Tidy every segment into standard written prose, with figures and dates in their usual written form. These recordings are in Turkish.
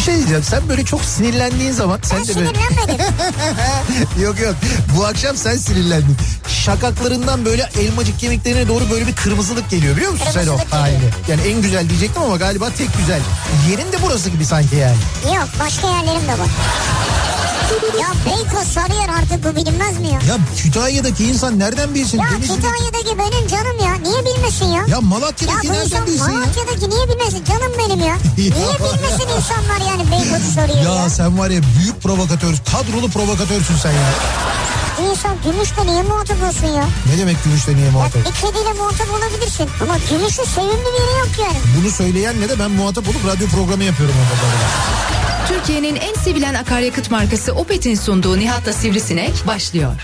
şey diyeceğim. Sen böyle çok sinirlendiğin zaman... Ben sinirlenmedim. Yok. Bu akşam sen sinirlendin. Şakaklarından böyle elmacık kemiklerine doğru böyle bir kırmızılık geliyor, biliyor musun sen o halini? Yani en güzel diyecektim ama galiba tek güzel. Yerin de burası gibi sanki yani. Yok, başka yerlerim de var. Ya Beykoz, Sarıyer, artık bu bilinmez mi ya? Ya Kütahya'daki insan nereden bilsin? Ya Kütahya'daki benim canım ya. Niye bilmesin ya? Ya Malatya'daki nereden bilsin ya? Malatya'daki niye bilmesin? Canım benim ya. Niye bilmesin insanlar yani Beykoz'u soruyor ya? Ya sen var ya büyük provokatör, kadrolu provokatörsün sen ya. İnsan gümüşle niye muhatap olsun ya? Ne demek gümüşle niye muhatap? Ya bir kediyle muhatap olabilirsin ama gümüşün sevimli bir yeri yok yani. Bunu söyleyenle de ben muhatap olup radyo programı yapıyorum orada. Türkiye'nin en sevilen akaryakıt markası Opet'in sunduğu Nihat'la Sivrisinek başlıyor.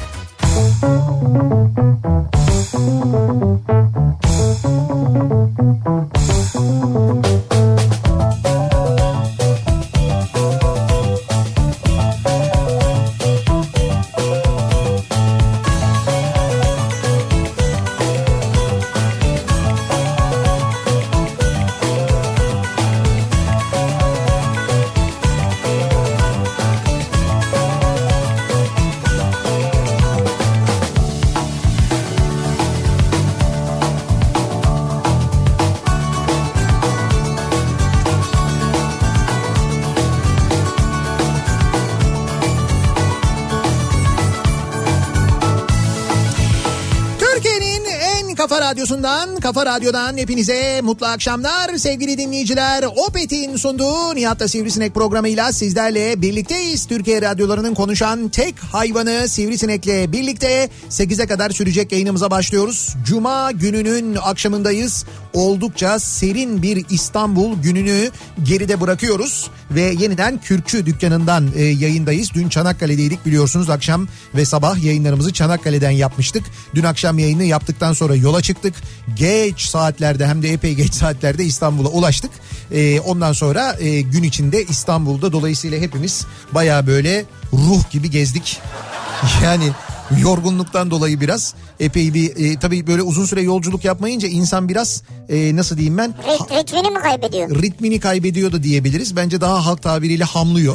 Kafa Radyo'dan hepinize mutlu akşamlar sevgili dinleyiciler. Opet'in sunduğu Nihat'la Sivrisinek programıyla sizlerle birlikteyiz. Türkiye radyolarının konuşan tek hayvanı Sivrisinek'le birlikte 8'e kadar sürecek yayınımıza başlıyoruz. Cuma gününün akşamındayız. Oldukça serin bir İstanbul gününü geride bırakıyoruz ve yeniden Kürkçü dükkanından yayındayız. Dün Çanakkale'deydik, biliyorsunuz, akşam ve sabah yayınlarımızı Çanakkale'den yapmıştık. Dün akşam yayını yaptıktan sonra yola çıktık. Geç saatlerde, hem de epey geç saatlerde İstanbul'a ulaştık. Ondan sonra gün içinde İstanbul'da, dolayısıyla hepimiz baya böyle ruh gibi gezdik. Yani yorgunluktan dolayı biraz epey bir tabii böyle uzun süre yolculuk yapmayınca insan biraz nasıl diyeyim ben? Ritmini mi kaybediyor? Ritmini kaybediyor da diyebiliriz. Bence daha halk tabiriyle hamlıyor.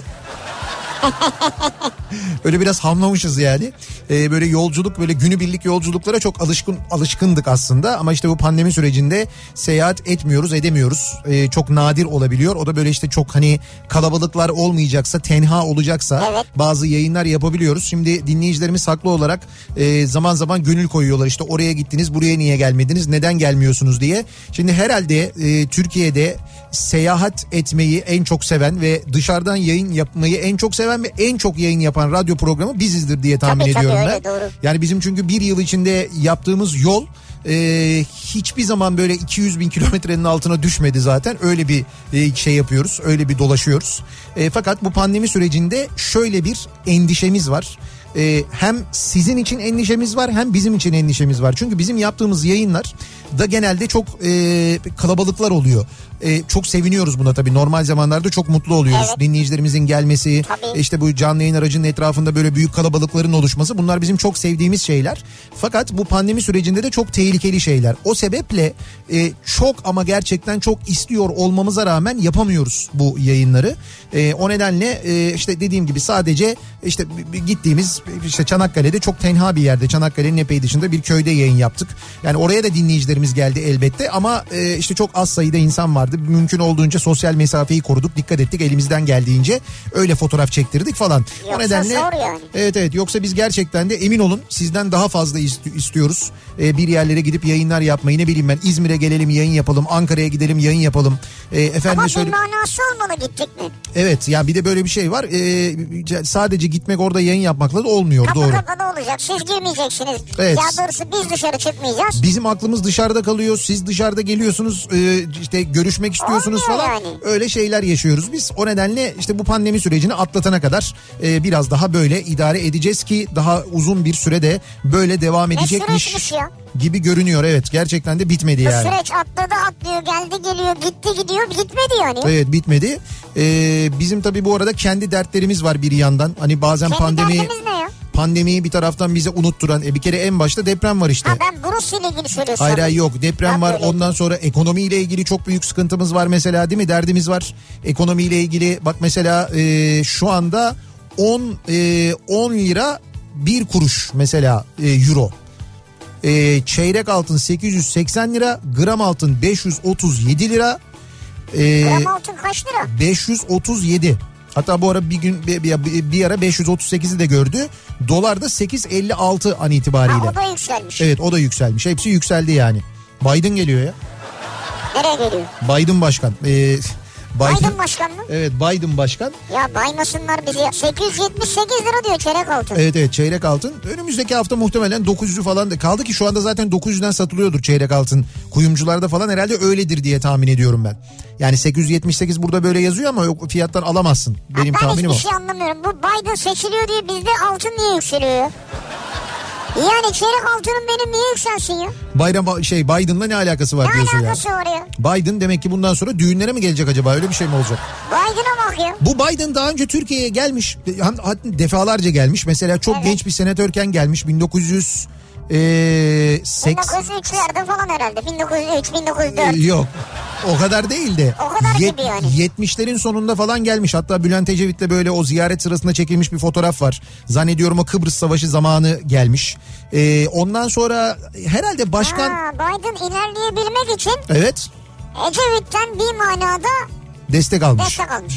Öyle biraz hamlamışız yani. Böyle yolculuk, böyle günübirlik yolculuklara çok alışkındık aslında. Ama işte bu pandemi sürecinde seyahat edemiyoruz. Çok nadir olabiliyor. O da böyle işte çok hani kalabalıklar olmayacaksa, tenha olacaksa evet, bazı yayınlar yapabiliyoruz. Şimdi dinleyicilerimiz haklı olarak zaman zaman gönül koyuyorlar. İşte oraya gittiniz, buraya niye gelmediniz, neden gelmiyorsunuz diye. Şimdi herhalde Türkiye'de seyahat etmeyi en çok seven ve dışarıdan yayın yapmayı en çok seven ve en çok yayın yapan radyo programı bizizdir diye tahmin ediyorum ben. Doğru. Yani bizim çünkü bir yıl içinde yaptığımız yol hiçbir zaman böyle 200 bin kilometrenin altına düşmedi zaten. Öyle bir şey yapıyoruz, öyle bir dolaşıyoruz. Fakat bu pandemi sürecinde şöyle bir endişemiz var. Hem sizin için endişemiz var, hem bizim için endişemiz var. Çünkü bizim yaptığımız yayınlar da genelde çok kalabalıklar oluyor. Çok seviniyoruz buna tabii. Normal zamanlarda çok mutlu oluyoruz. Evet. Dinleyicilerimizin gelmesi, işte bu canlı yayın aracının etrafında böyle büyük kalabalıkların oluşması, bunlar bizim çok sevdiğimiz şeyler. Fakat bu pandemi sürecinde de çok tehlikeli şeyler. O sebeple çok ama gerçekten çok istiyor olmamıza rağmen yapamıyoruz bu yayınları. O nedenle işte dediğim gibi sadece işte gittiğimiz işte Çanakkale'de çok tenha bir yerde, Çanakkale'nin epey dışında bir köyde yayın yaptık. Yani oraya da dinleyicilerimiz geldi elbette ama işte çok az sayıda insan vardı. Mümkün olduğunca sosyal mesafeyi koruduk, dikkat ettik, elimizden geldiğince öyle fotoğraf çektirdik falan. Yoksa o nedenle zor yani. Evet, yoksa biz gerçekten de emin olun sizden daha fazla istiyoruz. Bir yerlere gidip yayınlar yapmayı, ne bileyim ben, İzmir'e gelelim yayın yapalım, Ankara'ya gidelim yayın yapalım. Ama bir manası olmalı, gittik mi? Evet ya, bir de böyle bir şey var. Sadece gitmek, orada yayın yapmakla da olmuyor. Kapı doğru. kapalı olacak, siz girmeyeceksiniz. Evet. Ya doğrusu biz dışarı çıkmayacağız. Bizim aklımız dışarıda kalıyor, siz dışarıda geliyorsunuz, işte görüşmek istiyorsunuz olmuyor falan. Yani. Öyle şeyler yaşıyoruz biz. O nedenle işte bu pandemi sürecini atlatana kadar biraz daha böyle idare edeceğiz ki daha uzun bir sürede böyle devam edecekmiş gibi görünüyor. Evet, gerçekten de bitmedi yani. Bu süreç atladı atlıyor, geldi geliyor, gitti gidiyor, bitmedi yani. Evet, bitmedi. Bizim tabii bu arada kendi dertlerimiz var bir yandan. Hani bazen kendi pandemi... derdimiz ne ya? pandemiyi bir taraftan bize unutturan bir kere en başta deprem var işte. Ha ben Burası ile ilgili söylüyorsun. Hayır yok, deprem var, ondan sonra ekonomiyle ilgili çok büyük sıkıntımız var mesela, değil mi? Derdimiz var ekonomiyle ilgili. Bak mesela şu anda 10 lira 1 kuruş mesela euro. Çeyrek altın 880 lira, gram altın 537 lira. Gram altın kaç lira? 537. Hatta bu ara bir ara 538'i de gördü. Dolar da 8.56 an itibariyle. Ha, o da yükselmiş. Evet, o da yükselmiş. Hepsi yükseldi yani. Biden geliyor ya. Nereye geliyor? Biden başkan. Biden başkan mı? Evet, Biden başkan. Ya baymasınlar bizi ya. 878 lira diyor çeyrek altın. Evet çeyrek altın. Önümüzdeki hafta muhtemelen 900'ü falan da kaldı ki şu anda zaten 900'den satılıyordur çeyrek altın. Kuyumcularda falan herhalde öyledir diye tahmin ediyorum ben. Yani 878 burada böyle yazıyor ama yok, fiyattan alamazsın. Benim tahminim o. Ben hiçbir şey anlamıyorum. Bu Biden seçiliyor diye bizde altın niye yükseliyor? Yani çeyrek altının benim niye yükselsin ya? Biden'la ne alakası var diyorsun ya? Ne alakası var ya? Biden demek ki bundan sonra düğünlere mi gelecek acaba? Öyle bir şey mi olacak? Biden'a bak ya. Bu Biden daha önce Türkiye'ye gelmiş. Defalarca gelmiş. Mesela çok genç bir senatörken gelmiş. 1903'lerde falan herhalde. 1903, 1904. Yok. O kadar değildi. O kadar gibi yani. 70'lerin sonunda falan gelmiş. Hatta Bülent Ecevit'le böyle o ziyaret sırasında çekilmiş bir fotoğraf var. Zannediyorum o Kıbrıs Savaşı zamanı gelmiş. Ondan sonra herhalde başkan... Biden ilerleyebilmek için... Evet. Ecevit'ten bir manada... Destek almış. Destek almış.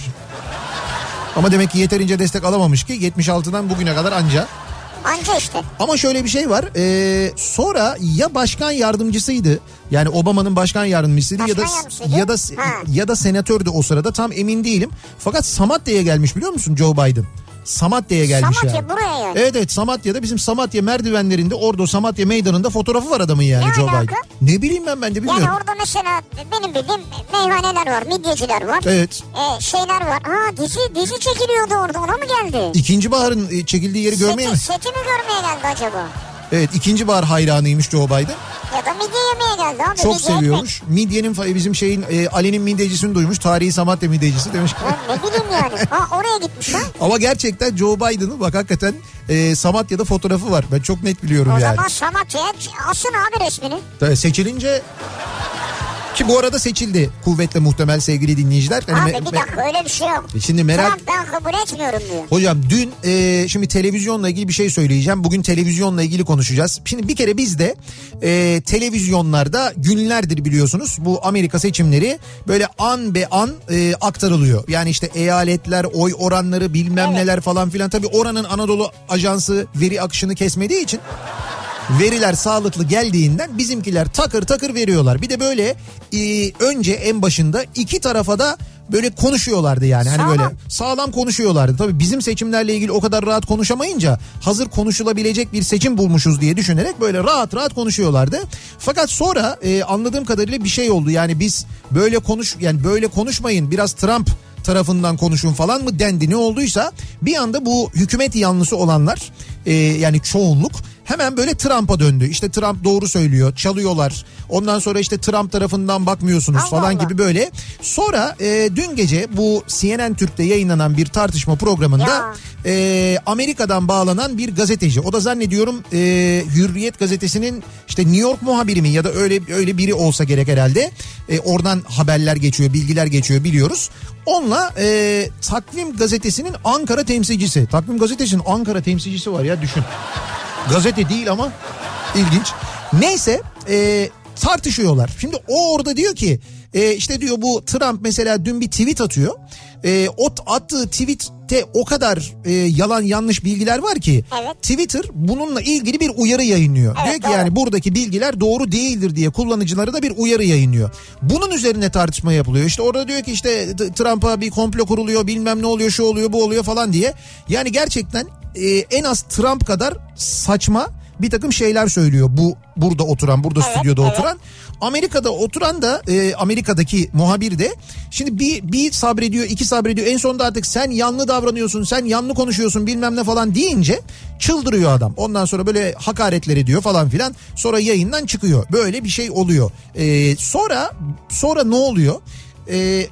Ama demek ki yeterince destek alamamış ki 76'dan bugüne kadar anca işte. Ama şöyle bir şey var. Sonra ya başkan yardımcısıydı. Yani Obama'nın başkan yardımcısıydı ya da senatördü o sırada, tam emin değilim. Fakat Samatya'ya gelmiş, biliyor musun Joe Biden? Samatya'ya gelmiş. Samatya buraya yani. Evet Samatya'da, bizim Samatya merdivenlerinde, orada Samatya meydanında fotoğrafı var adamın yani, ne Joe alaka? Biden. Ne bileyim ben de bilmiyorum. Yani orada mesela benim bildiğim meyhaneler var, midyeciler var. Evet. Şeyler var. Dizi çekiliyordu orada, ona mı geldi? İkinci Bahar'ın çekildiği yeri görmeye mi? Seti mi görmeye geldi acaba? Evet, ikinci Bahar hayranıymış Joe Biden. Ya da midye yemeye geldi abi. Çok seviyormuş. Midyenin bizim Ali'nin midyecisini duymuş. Tarihi Samatya midyecisi demiş. Ne bileyim yani. Oraya gitmiş ha. Ama gerçekten Joe Biden'ın bak hakikaten Samatya'da fotoğrafı var. Ben çok net biliyorum yani. O zaman Samatya'ya asın abi resmini. Tabii seçilince... Ki bu arada seçildi kuvvetle muhtemel sevgili dinleyiciler. Abi bir dakika, öyle bir şey yok. Şimdi Trump ben kabul etmiyorum diyor. Hocam dün şimdi televizyonla ilgili bir şey söyleyeceğim. Bugün televizyonla ilgili konuşacağız. Şimdi bir kere bizde televizyonlarda günlerdir biliyorsunuz bu Amerika seçimleri böyle an be an aktarılıyor. Yani işte eyaletler, oy oranları, bilmem neler falan filan. Tabii oranın Anadolu Ajansı veri akışını kesmediği için... Veriler sağlıklı geldiğinden bizimkiler takır takır veriyorlar. Bir de böyle önce en başında iki tarafa da böyle konuşuyorlardı yani. Hani böyle sağlam konuşuyorlardı. Tabii bizim seçimlerle ilgili o kadar rahat konuşamayınca hazır konuşulabilecek bir seçim bulmuşuz diye düşünerek böyle rahat rahat konuşuyorlardı. Fakat sonra anladığım kadarıyla bir şey oldu. Yani biz böyle konuşmayın, biraz Trump tarafından konuşun falan mı dendi, ne olduysa bir anda bu hükümet yanlısı olanlar yani çoğunluk hemen böyle Trump'a döndü. İşte Trump doğru söylüyor, çalıyorlar. Ondan sonra işte Trump tarafından bakmıyorsunuz falan gibi böyle. Sonra dün gece bu CNN Türk'te yayınlanan bir tartışma programında Amerika'dan bağlanan bir gazeteci. O da zannediyorum Hürriyet gazetesinin işte New York muhabiri mi ya da öyle biri olsa gerek herhalde. Oradan haberler geçiyor, bilgiler geçiyor, biliyoruz. Onunla Takvim Gazetesi'nin Ankara temsilcisi. Takvim Gazetesi'nin Ankara temsilcisi var ya, düşün. Gazete değil ama ilginç. Neyse tartışıyorlar. Şimdi o orada diyor ki işte diyor bu Trump mesela dün bir tweet atıyor. O attığı tweette o kadar yalan yanlış bilgiler var ki Twitter bununla ilgili bir uyarı yayınlıyor. Diyor ki yani buradaki bilgiler doğru değildir diye kullanıcılara da bir uyarı yayınlıyor. Bunun üzerine tartışma yapılıyor. İşte orada diyor ki işte Trump'a bir komplo kuruluyor, bilmem ne oluyor, şu oluyor, bu oluyor falan diye. Yani gerçekten en az Trump kadar saçma bir takım şeyler söylüyor burada stüdyoda oturan. Amerika'da oturan da Amerika'daki muhabir de şimdi bir sabrediyor, iki sabrediyor, en sonunda artık sen yanlı davranıyorsun, sen yanlı konuşuyorsun bilmem ne falan deyince çıldırıyor adam. Ondan sonra böyle hakaretler ediyor falan filan, sonra yayından çıkıyor. Böyle bir şey oluyor. Sonra ne oluyor?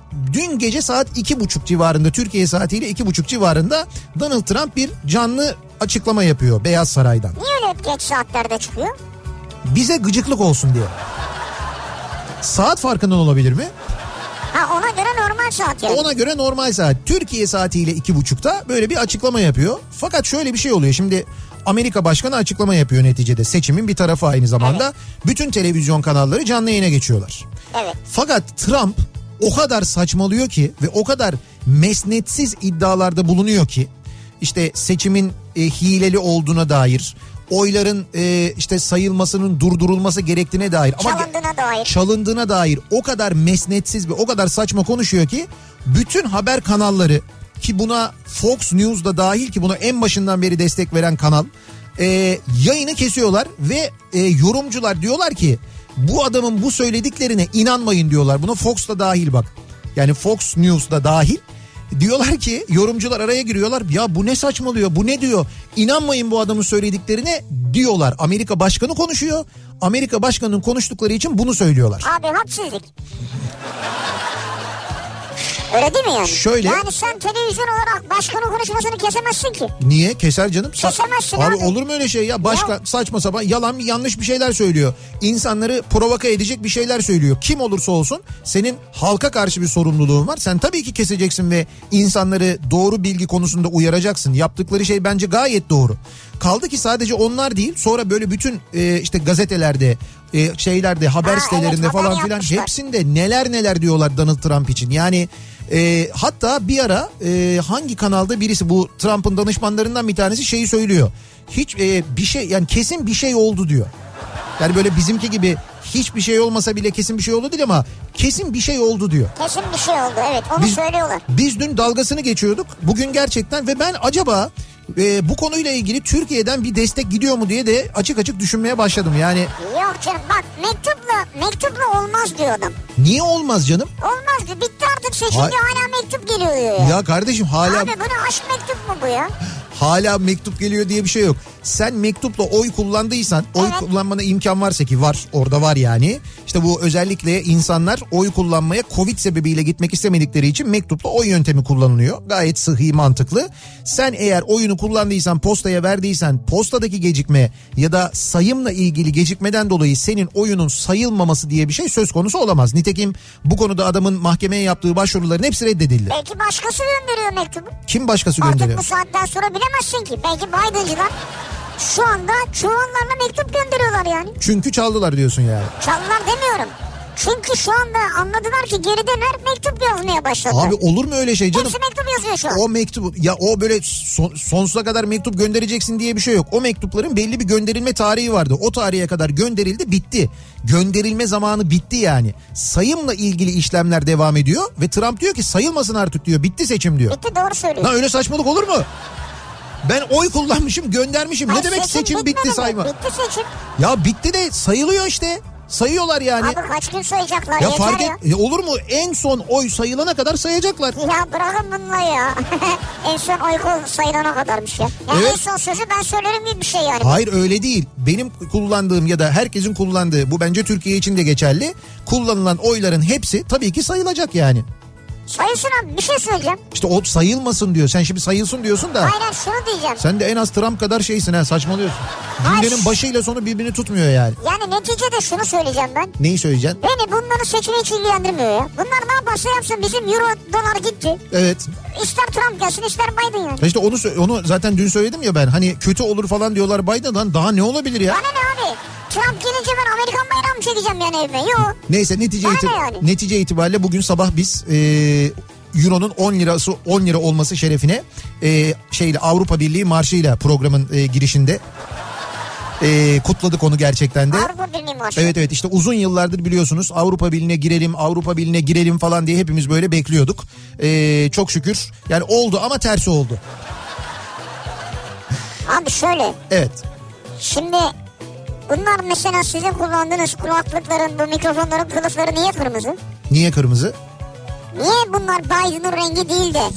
Dün gece saat 2.30 civarında, Türkiye saatiyle 2.30 civarında Donald Trump bir canlı açıklama yapıyor Beyaz Saray'dan. Niye öyle hep geç saatlerde çıkıyor? Bize gıcıklık olsun diye. Saat farkından olabilir mi? Ha, ona göre normal saat yani. Ona göre normal saat. Türkiye saatiyle 2.30'da böyle bir açıklama yapıyor. Fakat şöyle bir şey oluyor. Şimdi Amerika Başkanı açıklama yapıyor neticede. Seçimin bir tarafı aynı zamanda. Evet. Bütün televizyon kanalları canlı yayına geçiyorlar. Evet. Fakat Trump o kadar saçmalıyor ki ve o kadar mesnetsiz iddialarda bulunuyor ki işte seçimin hileli olduğuna dair, oyların işte sayılmasının durdurulması gerektiğine dair çalındığına dair o kadar mesnetsiz ve o kadar saçma konuşuyor ki bütün haber kanalları, ki buna Fox News da dahil, ki buna en başından beri destek veren kanal, yayını kesiyorlar ve yorumcular diyorlar ki bu adamın bu söylediklerine inanmayın diyorlar. Buna Fox da dahil bak. Yani Fox News da dahil. Diyorlar ki, yorumcular araya giriyorlar. Ya bu ne saçmalıyor, bu ne diyor? İnanmayın bu adamın söylediklerine diyorlar. Amerika Başkanı konuşuyor. Amerika Başkanı'nın konuştukları için bunu söylüyorlar. Abi haksızlık. Öyle değil mi yani? Şöyle. Yani sen televizyon olarak başkanın konuşmasını kesemezsin ki. Niye? Keser canım. Kesemezsin abi. Olur mu öyle şey ya? Başkan ya, saçma sapan yalan yanlış bir şeyler söylüyor. İnsanları provoke edecek bir şeyler söylüyor. Kim olursa olsun senin halka karşı bir sorumluluğun var. Sen tabii ki keseceksin ve insanları doğru bilgi konusunda uyaracaksın. Yaptıkları şey bence gayet doğru. Kaldı ki sadece onlar değil. Sonra böyle bütün işte gazetelerde, şeylerde, haber sitelerinde evet, falan filan hepsinde neler diyorlar Donald Trump için. Yani hatta bir ara hangi kanalda birisi, bu Trump'ın danışmanlarından bir tanesi şeyi söylüyor. Hiç bir şey, yani kesin bir şey oldu diyor. Yani böyle bizimki gibi hiçbir şey olmasa bile kesin bir şey oldu değil ama kesin bir şey oldu diyor. Kesin bir şey oldu, evet, onu söylüyorlar. Biz dün dalgasını geçiyorduk. Bugün gerçekten ve ben acaba bu konuyla ilgili Türkiye'den bir destek gidiyor mu diye de açık düşünmeye başladım yani. Yok canım, bak mektupla olmaz diyor adam. Niye olmaz canım? Olmaz diyor, bitti artık seçim diyor, hala mektup geliyor diyor ya. Ya kardeşim hala... Abi bu aşk mektup mu bu ya? Hala mektup geliyor diye bir şey yok. Sen mektupla oy kullandıysan, oy kullanmana imkan varsa, ki var, orada var yani. İşte bu özellikle insanlar oy kullanmaya Covid sebebiyle gitmek istemedikleri için mektupla oy yöntemi kullanılıyor. Gayet sıhhi, mantıklı. Sen eğer oyunu kullandıysan, postaya verdiysen, postadaki gecikme ya da sayımla ilgili gecikmeden dolayı senin oyunun sayılmaması diye bir şey söz konusu olamaz. Nitekim bu konuda adamın mahkemeye yaptığı başvuruların hepsi reddedildi. Belki başkası gönderiyor mektubu. Kim başkası gönderiyor? Artık bu saatten sonra bilemezsin ki. Belki Biden'cılar şu anda çuvallarla mektup gönderiyorlar yani. Çünkü çaldılar diyorsun yani. Çaldılar demiyorum. Çünkü şu anda anladılar ki gerideler, mektup yazmaya başladılar. Abi olur mu öyle şey canım? Hepsi mektup yazıyor şu an. O mektup, ya o böyle sonsuza kadar mektup göndereceksin diye bir şey yok. O mektupların belli bir gönderilme tarihi vardı. O tarihe kadar gönderildi, bitti. Gönderilme zamanı bitti yani. Sayımla ilgili işlemler devam ediyor ve Trump diyor ki sayılmasın artık diyor. Bitti seçim diyor. Bitti, doğru söylüyor. Ha, öyle saçmalık olur mu? Ben oy kullanmışım, göndermişim. Hayır, ne demek seçim bitti sayma? Bitti seçim. Ya bitti de sayılıyor işte. Sayıyorlar yani. Abi kaç gün sayacaklar, ya yeter fark ya. Olur mu? En son oy sayılana kadar sayacaklar. Ya bırakın bununla ya. En son oy sayılana kadarmış ya. Ya evet. En son sözü ben söylerim gibi bir şey yani. Hayır öyle değil. Benim kullandığım ya da herkesin kullandığı, bu bence Türkiye için de geçerli. Kullanılan oyların hepsi tabii ki sayılacak yani. Sayılsın abi, bir şey söyleyeceğim. İşte o sayılmasın diyor. Sen şimdi sayılsın diyorsun da. Aynen, şunu diyeceğim. Sen de en az Trump kadar şeysin ha, saçmalıyorsun. Cümlenin başıyla sonu birbirini tutmuyor yani. Yani neticede şunu söyleyeceğim ben. Neyi söyleyeceksin? Beni bunların seçimi hiç ilgilendirmiyor ya. Bunlar ne yaparsa yapsın, bizim euro dolar gitti. Evet. İster Trump gelsin ister Biden yani. İşte onu zaten dün söyledim ya ben. Hani kötü olur falan diyorlar Biden'dan, daha ne olabilir ya? Bana ne abi? Trump gelince ben Amerikan bayrağı mı çekeceğim yani evime? Yok. Neyse netice itibariyle bugün sabah biz Euro'nun 10 lira olması şerefine Avrupa Birliği marşıyla programın girişinde kutladık onu gerçekten de. Avrupa Birliği marşı. Evet işte uzun yıllardır biliyorsunuz Avrupa Birliği'ne girelim falan diye hepimiz böyle bekliyorduk. Çok şükür yani oldu ama tersi oldu. Abi şöyle. Evet. Şimdi bunlar mesela sizin kullandığınız kulaklıkların, bu mikrofonların kılıfları niye kırmızı? Niye kırmızı? Niye bunlar Biden'ın rengi değil de?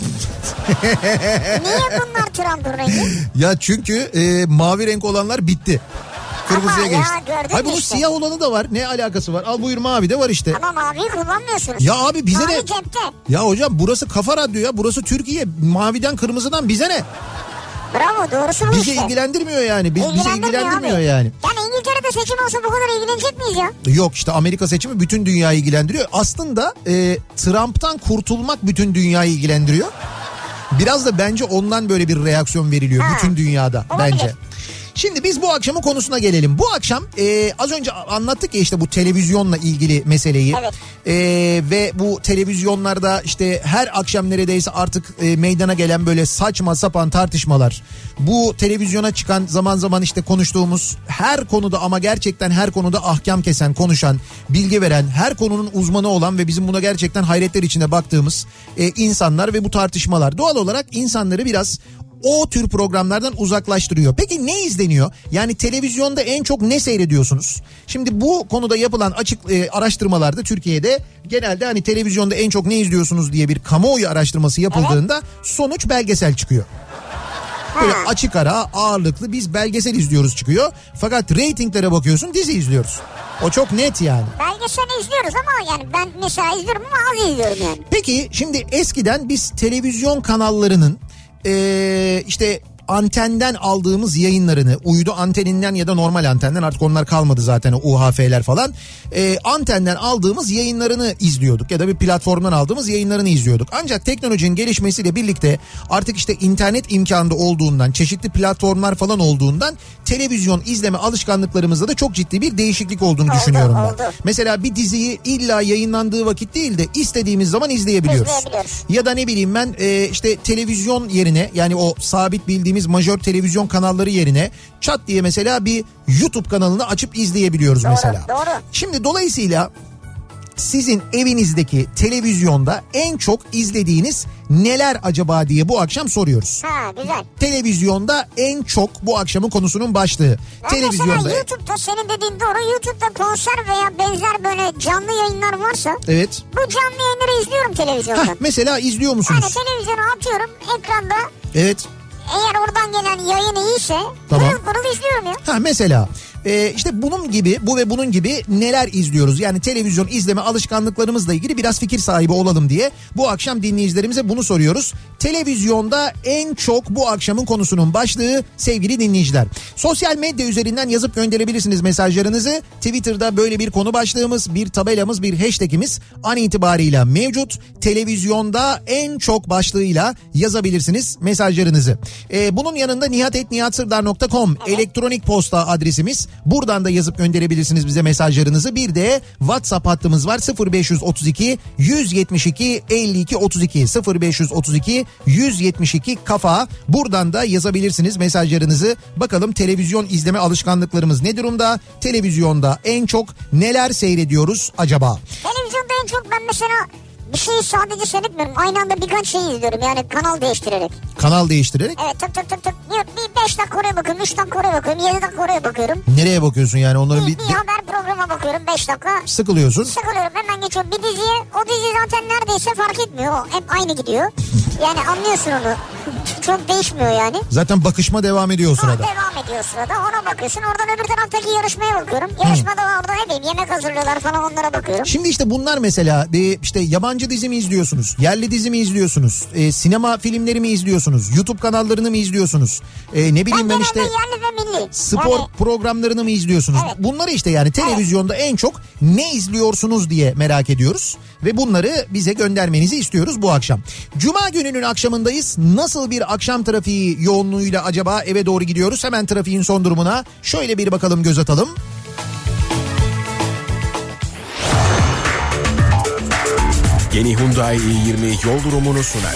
Niye bunlar Trump'ın rengi? Ya çünkü mavi renk olanlar bitti. Kırmızıya geçti. Hayır bunun işte siyah olanı da var. Ne alakası var? Al buyur, mavi de var işte. Ama maviyi kullanmıyorsunuz. Ya abi bize mavi ne? Cepte. Ya hocam burası Kafa Radyo ya. Burası Türkiye. Maviden kırmızıdan bize ne? Bravo, doğrusu bu Bizi işte. ilgilendirmiyor yani. Bizi ilgilendirmiyor abi. yani. Yani İngiltere'de seçim olsa bu kadar ilgilenecek miyiz ya? Yok işte Amerika seçimi bütün dünyayı ilgilendiriyor. Aslında Trump'tan kurtulmak bütün dünyayı ilgilendiriyor. Biraz da bence ondan böyle bir reaksiyon veriliyor bütün dünyada olabilir. bence. Şimdi biz bu akşamın konusuna gelelim. Bu akşam az önce anlattık ya işte bu televizyonla ilgili meseleyi. Evet. Ve bu televizyonlarda işte her akşam neredeyse artık meydana gelen böyle saçma sapan tartışmalar. Bu televizyona çıkan zaman zaman işte konuştuğumuz her konuda ama gerçekten her konuda ahkam kesen, konuşan, bilgi veren, her konunun uzmanı olan ve bizim buna gerçekten hayretler içinde baktığımız insanlar ve bu tartışmalar doğal olarak insanları biraz o tür programlardan uzaklaştırıyor. Peki ne izleniyor? Yani televizyonda en çok ne seyrediyorsunuz? Şimdi bu konuda yapılan açık araştırmalarda Türkiye'de genelde hani televizyonda en çok ne izliyorsunuz diye bir kamuoyu araştırması yapıldığında sonuç belgesel çıkıyor. Böyle açık ara ağırlıklı biz belgesel izliyoruz çıkıyor. Fakat reytinglere bakıyorsun dizi izliyoruz. O çok net yani. Belgesel izliyoruz ama yani ben mesela izliyorum ama az izliyorum yani. Peki şimdi eskiden biz televizyon kanallarının işte antenden aldığımız yayınlarını, uydu anteninden ya da normal antenden, artık onlar kalmadı zaten, UHF'ler falan, antenden aldığımız yayınlarını izliyorduk ya da bir platformdan aldığımız yayınlarını izliyorduk. Ancak teknolojinin gelişmesiyle birlikte artık işte internet imkanı olduğundan, çeşitli platformlar falan olduğundan televizyon izleme alışkanlıklarımızda da çok ciddi bir değişiklik olduğunu düşünüyorum ben. Mesela bir diziyi illa yayınlandığı vakit değil de istediğimiz zaman izleyebiliyoruz. Ya da ne bileyim ben işte televizyon yerine, yani o sabit bildiğimiz majör televizyon kanalları yerine çat diye mesela bir YouTube kanalını açıp izleyebiliyoruz mesela. Doğru. Şimdi dolayısıyla sizin evinizdeki televizyonda en çok izlediğiniz neler acaba diye bu akşam soruyoruz. Güzel. Televizyonda en çok, bu akşamın konusunun başlığı. Televizyonda. Mesela YouTube'da senin dediğin doğru, YouTube'da konser veya benzer böyle canlı yayınlar varsa. Evet. Bu canlı yayınları izliyorum televizyonda. Mesela izliyor musunuz? Yani televizyona atıyorum ekranda. Evet. Eğer oradan gelen yayın iyiyse tamam. pırıl izliyorum ya. Mesela işte bunun gibi, bu ve bunun gibi neler izliyoruz? Yani televizyon izleme alışkanlıklarımızla ilgili biraz fikir sahibi olalım diye bu akşam dinleyicilerimize bunu soruyoruz. Televizyonda en çok bu akşamın konusunun başlığı sevgili dinleyiciler. Sosyal medya üzerinden yazıp gönderebilirsiniz mesajlarınızı. Twitter'da böyle bir konu başlığımız, bir tabelamız, bir hashtagimiz an itibarıyla mevcut. Televizyonda en çok başlığıyla yazabilirsiniz mesajlarınızı. Bunun yanında nihat@nihatsırdar.com elektronik posta adresimiz. Buradan da yazıp gönderebilirsiniz bize mesajlarınızı. Bir de WhatsApp hattımız var, 0532 172 52 32 0532 172 kafa. Buradan da yazabilirsiniz mesajlarınızı. Bakalım televizyon izleme alışkanlıklarımız ne durumda? Televizyonda en çok neler seyrediyoruz acaba? Televizyonda en çok ben mesela bir şeyi sadece seyretmiyorum. Aynı anda birkaç şey izliyorum, yani kanal değiştirerek. Kanal değiştirerek? Evet, tık. Yok, bir 5 dakika oraya bakıyorum, 3 dakika oraya bakıyorum, 7 dakika oraya bakıyorum. Nereye bakıyorsun yani? Onların bir haber programa bakıyorum 5 dakika. Sıkılıyorum, hemen geçiyorum bir diziye. O dizi zaten neredeyse fark etmiyor. O hep aynı gidiyor. Yani anlıyorsun onu. Çok değişmiyor yani. Zaten bakışma devam ediyor o sırada. Devam ediyor sırada. Ona bakıyorsun. Oradan öbür taraftaki yarışmaya bakıyorum. Yarışmada orada ne bileyim yemek hazırlıyorlar falan, onlara bakıyorum. Şimdi işte bunlar mesela işte yabancı dizi mi izliyorsunuz? Yerli dizi mi izliyorsunuz? Sinema filmleri mi izliyorsunuz? YouTube kanallarını mı izliyorsunuz? Ne bileyim ben işte yerli ve milli. spor programlarını mı izliyorsunuz? Evet. Bunları işte yani televizyonda en çok ne izliyorsunuz diye merak ediyoruz. Ve bunları bize göndermenizi istiyoruz bu akşam. Cuma gününün akşamındayız. Nasıl bir akşam trafiği yoğunluğuyla acaba eve doğru gidiyoruz? Hemen trafiğin son durumuna şöyle bir bakalım, göz atalım. Yeni Hyundai i20 yol durumunu sunar.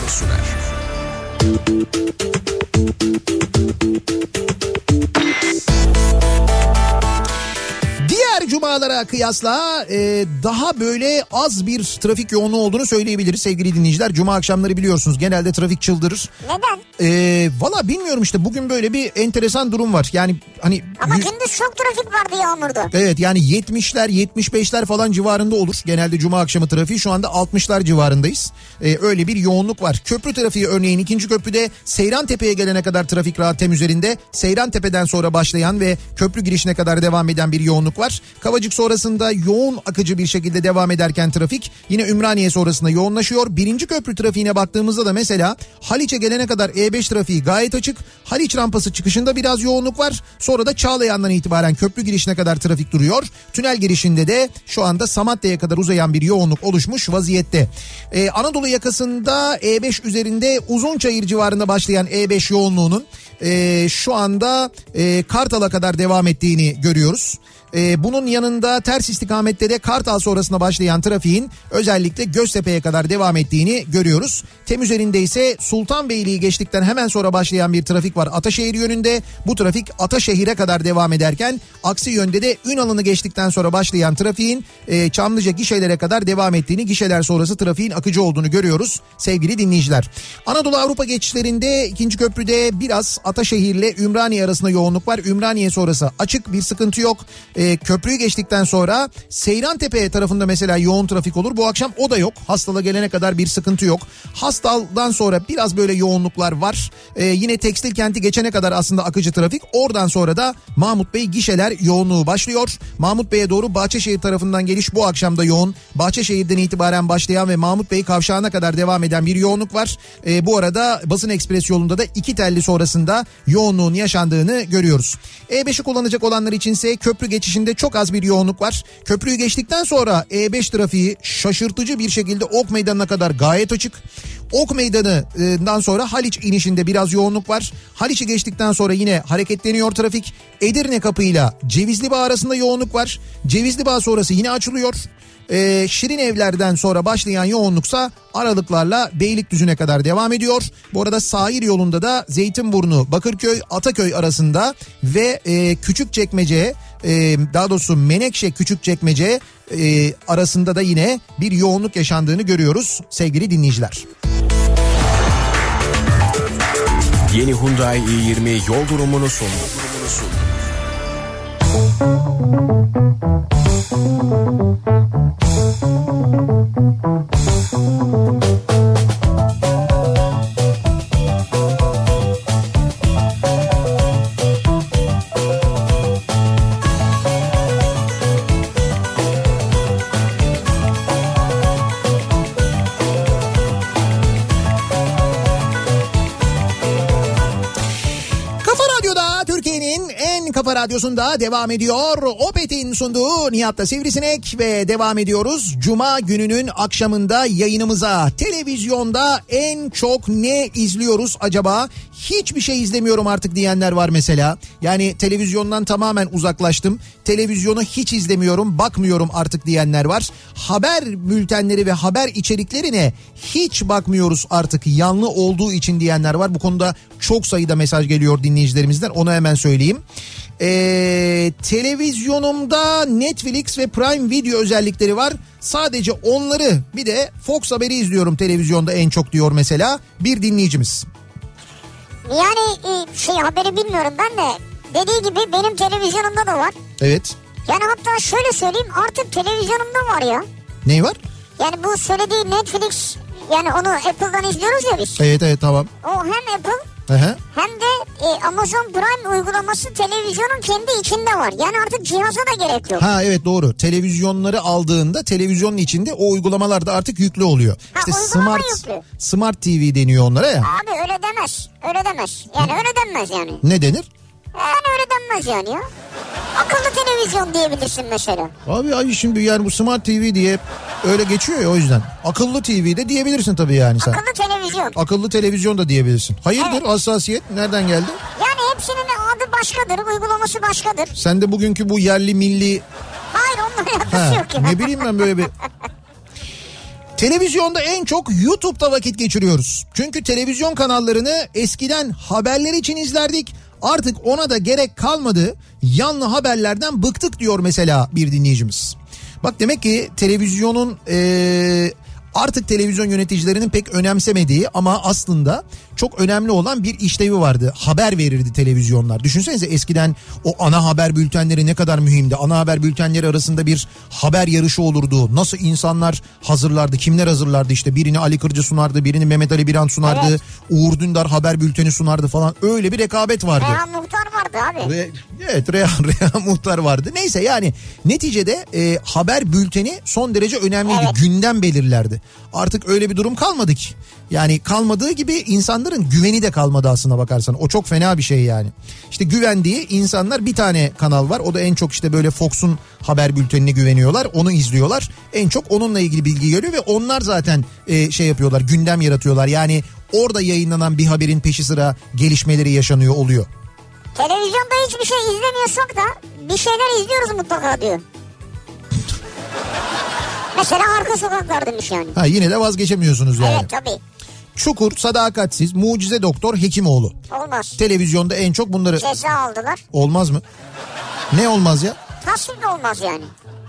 Diğer cumalara kıyasla daha böyle az bir trafik yoğunluğu olduğunu söyleyebiliriz sevgili dinleyiciler. Cuma akşamları biliyorsunuz genelde trafik çıldırır. Neden? Valla bilmiyorum işte, bugün böyle bir enteresan durum var. Yani hani ama gündüz çok trafik vardı yağmurda. Evet, yani 70'ler 75'ler falan civarında olur. Genelde cuma akşamı trafiği, şu anda 60'lar civarındayız. Öyle bir yoğunluk var. Köprü trafiği örneğin 2. köprüde Seyrantepe'ye gelene kadar trafik rahat, tem üzerinde. Seyrantepe'den sonra başlayan ve köprü girişine kadar devam eden bir yoğunluk var. Kavacık sonrasında yoğun akıcı bir şekilde devam ederken trafik yine Ümraniye sonrasında yoğunlaşıyor. Birinci köprü trafiğine baktığımızda da mesela Haliç'e gelene kadar E5 trafiği gayet açık. Haliç rampası çıkışında biraz yoğunluk var. Sonra da Çağlayan'dan itibaren köprü girişine kadar trafik duruyor. Tünel girişinde de şu anda Samatya'ya kadar uzayan bir yoğunluk oluşmuş vaziyette. Anadolu yakasında E5 üzerinde Uzunçayır civarında başlayan E5 yoğunluğunun şu anda Kartal'a kadar devam ettiğini görüyoruz. Bunun yanında ters istikamette de Kartal sonrasında başlayan trafiğin özellikle Göztepe'ye kadar devam ettiğini görüyoruz. Tem üzerinde ise Sultanbeyli'yi geçtikten hemen sonra başlayan bir trafik var Ataşehir yönünde. Bu trafik Ataşehir'e kadar devam ederken aksi yönde de Ünal'ını geçtikten sonra başlayan trafiğin Çamlıca gişelere kadar devam ettiğini, gişeler sonrası trafiğin akıcı olduğunu görüyoruz sevgili dinleyiciler. Anadolu Avrupa geçişlerinde ikinci köprüde biraz Ataşehir'le Ümraniye arasında yoğunluk var. Ümraniye sonrası açık, bir sıkıntı yok. Köprüyü geçtikten sonra Seyrantepe tarafında mesela yoğun trafik olur. Bu akşam o da yok. Hastal'a gelene kadar bir sıkıntı yok. Hastal'dan sonra biraz böyle yoğunluklar var. Yine Tekstil Kenti geçene kadar aslında akıcı trafik. Oradan sonra da Mahmut Bey gişeler yoğunluğu başlıyor. Mahmut Bey'e doğru Bahçeşehir tarafından geliş bu akşam da yoğun. Bahçeşehir'den itibaren başlayan ve Mahmut Bey kavşağına kadar devam eden bir yoğunluk var. Bu arada Basın Ekspres yolunda da iki telli sonrasında yoğunluğun yaşandığını görüyoruz. E5'i kullanacak olanlar içinse köprü geçişinde çok az bir yoğunluk var. Köprüyü geçtikten sonra E5 trafiği şaşırtıcı bir şekilde Ok Meydanı'na kadar gayet açık. Ok Meydanı'ndan sonra Haliç inişinde biraz yoğunluk var. Haliç'i geçtikten sonra yine hareketleniyor trafik. Edirne kapıyla Cevizlibağ arasında yoğunluk var. Cevizlibağ sonrası yine açılıyor. Şirin Evler'den sonra başlayan yoğunluksa aralıklarla Beylikdüzü'ne kadar devam ediyor. Bu arada sahil yolunda da Zeytinburnu, Bakırköy, Ataköy arasında ve Küçükçekmece, daha doğrusu Menekşe Küçükçekmece arasında da yine bir yoğunluk yaşandığını görüyoruz sevgili dinleyiciler. Yeni Hyundai i20 yol durumunu sundu. Kafa Radyosu'nda devam ediyor. Opet'in sunduğu Nihat'la Sivrisinek ve devam ediyoruz. Cuma gününün akşamında yayınımıza. Televizyonda en çok ne izliyoruz acaba? Hiçbir şey izlemiyorum artık diyenler var mesela. Yani televizyondan tamamen uzaklaştım. Televizyonu hiç izlemiyorum, bakmıyorum artık diyenler var. Haber bültenleri ve haber içeriklerine hiç bakmıyoruz artık yanlı olduğu için diyenler var. Bu konuda çok sayıda mesaj geliyor dinleyicilerimizden, onu hemen söyleyeyim. Televizyonumda Netflix ve Prime Video özellikleri var. Sadece onları, bir de Fox Haber'i izliyorum televizyonda en çok diyor mesela bir dinleyicimiz. Yani haberi bilmiyorum ben de. Dediği gibi benim televizyonumda da var. Evet. Yani hatta şöyle söyleyeyim, artık televizyonumda var ya. Ne var? Yani bu söylediği Netflix, yani onu Apple'dan izliyoruz ya biz. Evet tamam. O hem Apple hem de Amazon Prime uygulaması televizyonun kendi içinde var. Yani artık cihaza da gerek yok. Ha evet doğru. Televizyonları aldığında televizyonun içinde o uygulamalar da artık yüklü oluyor. Ha, işte yüklü. Smart TV deniyor onlara ya. Abi öyle demez. Öyle demez. Yani öyle denmez yani. Ne denir? Yani öyle denmez yani ya. Akıllı televizyon diyebilirsin mesela. Abi şimdi yani bu Smart TV diye öyle geçiyor ya, o yüzden. Akıllı TV de diyebilirsin tabii yani sen. Akıllı televizyon. Akıllı televizyon da diyebilirsin. Hayırdır evet. Hassasiyet nereden geldi? Yani hepsinin adı başkadır, uygulaması başkadır. Sen de bugünkü bu yerli milli... Hayır, onunla alakası yok ya. Ne bileyim ben böyle bir... Televizyonda en çok YouTube'da vakit geçiriyoruz. Çünkü televizyon kanallarını eskiden haberler için izlerdik. Artık ona da gerek kalmadı. Yanlı haberlerden bıktık diyor mesela bir dinleyicimiz. Bak demek ki televizyonun artık televizyon yöneticilerinin pek önemsemediği ama aslında çok önemli olan bir işlevi vardı. Haber verirdi televizyonlar. Düşünsenize eskiden o ana haber bültenleri ne kadar mühimdi. Ana haber bültenleri arasında bir haber yarışı olurdu. Nasıl insanlar hazırlardı, kimler hazırlardı işte. Birini Ali Kırcı sunardı, birini Mehmet Ali Birant sunardı. Evet. Uğur Dündar haber bülteni sunardı falan. Öyle bir rekabet vardı. Reha Muhtar vardı vardı abi. Evet Reha Muhtar vardı. Neyse yani neticede haber bülteni son derece önemliydi. Evet. Gündem belirlerdi. Artık öyle bir durum kalmadı ki. Yani kalmadığı gibi insanların güveni de kalmadı aslına bakarsan. O çok fena bir şey yani. İşte güvendiği insanlar, bir tane kanal var. O da en çok işte böyle Fox'un haber bültenine güveniyorlar. Onu izliyorlar. En çok onunla ilgili bilgi geliyor ve onlar zaten şey yapıyorlar, gündem yaratıyorlar. Yani orada yayınlanan bir haberin peşi sıra gelişmeleri yaşanıyor oluyor. Televizyonda hiçbir şey izlemiyorsak da bir şeyler izliyoruz mutlaka diyor. Mesela Arka Sokaklar demiş yani. Ha, yine de vazgeçemiyorsunuz yani. Evet tabii. Çukur, Sadakatsiz, Mucize Doktor, Hekimoğlu. Olmaz. Televizyonda en çok bunları... Ceza aldılar. Olmaz mı? Ne olmaz ya? Tasvip de olmaz yani.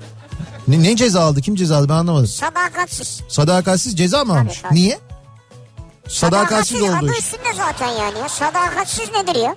Ne ceza aldı? Kim ceza aldı ben anlamadım. Sadakatsiz. Sadakatsiz ceza mı almış? Tabii. Niye? Sadakatsiz olduğu adı için. üstünde zaten yani ya. Sadakatsiz nedir ya?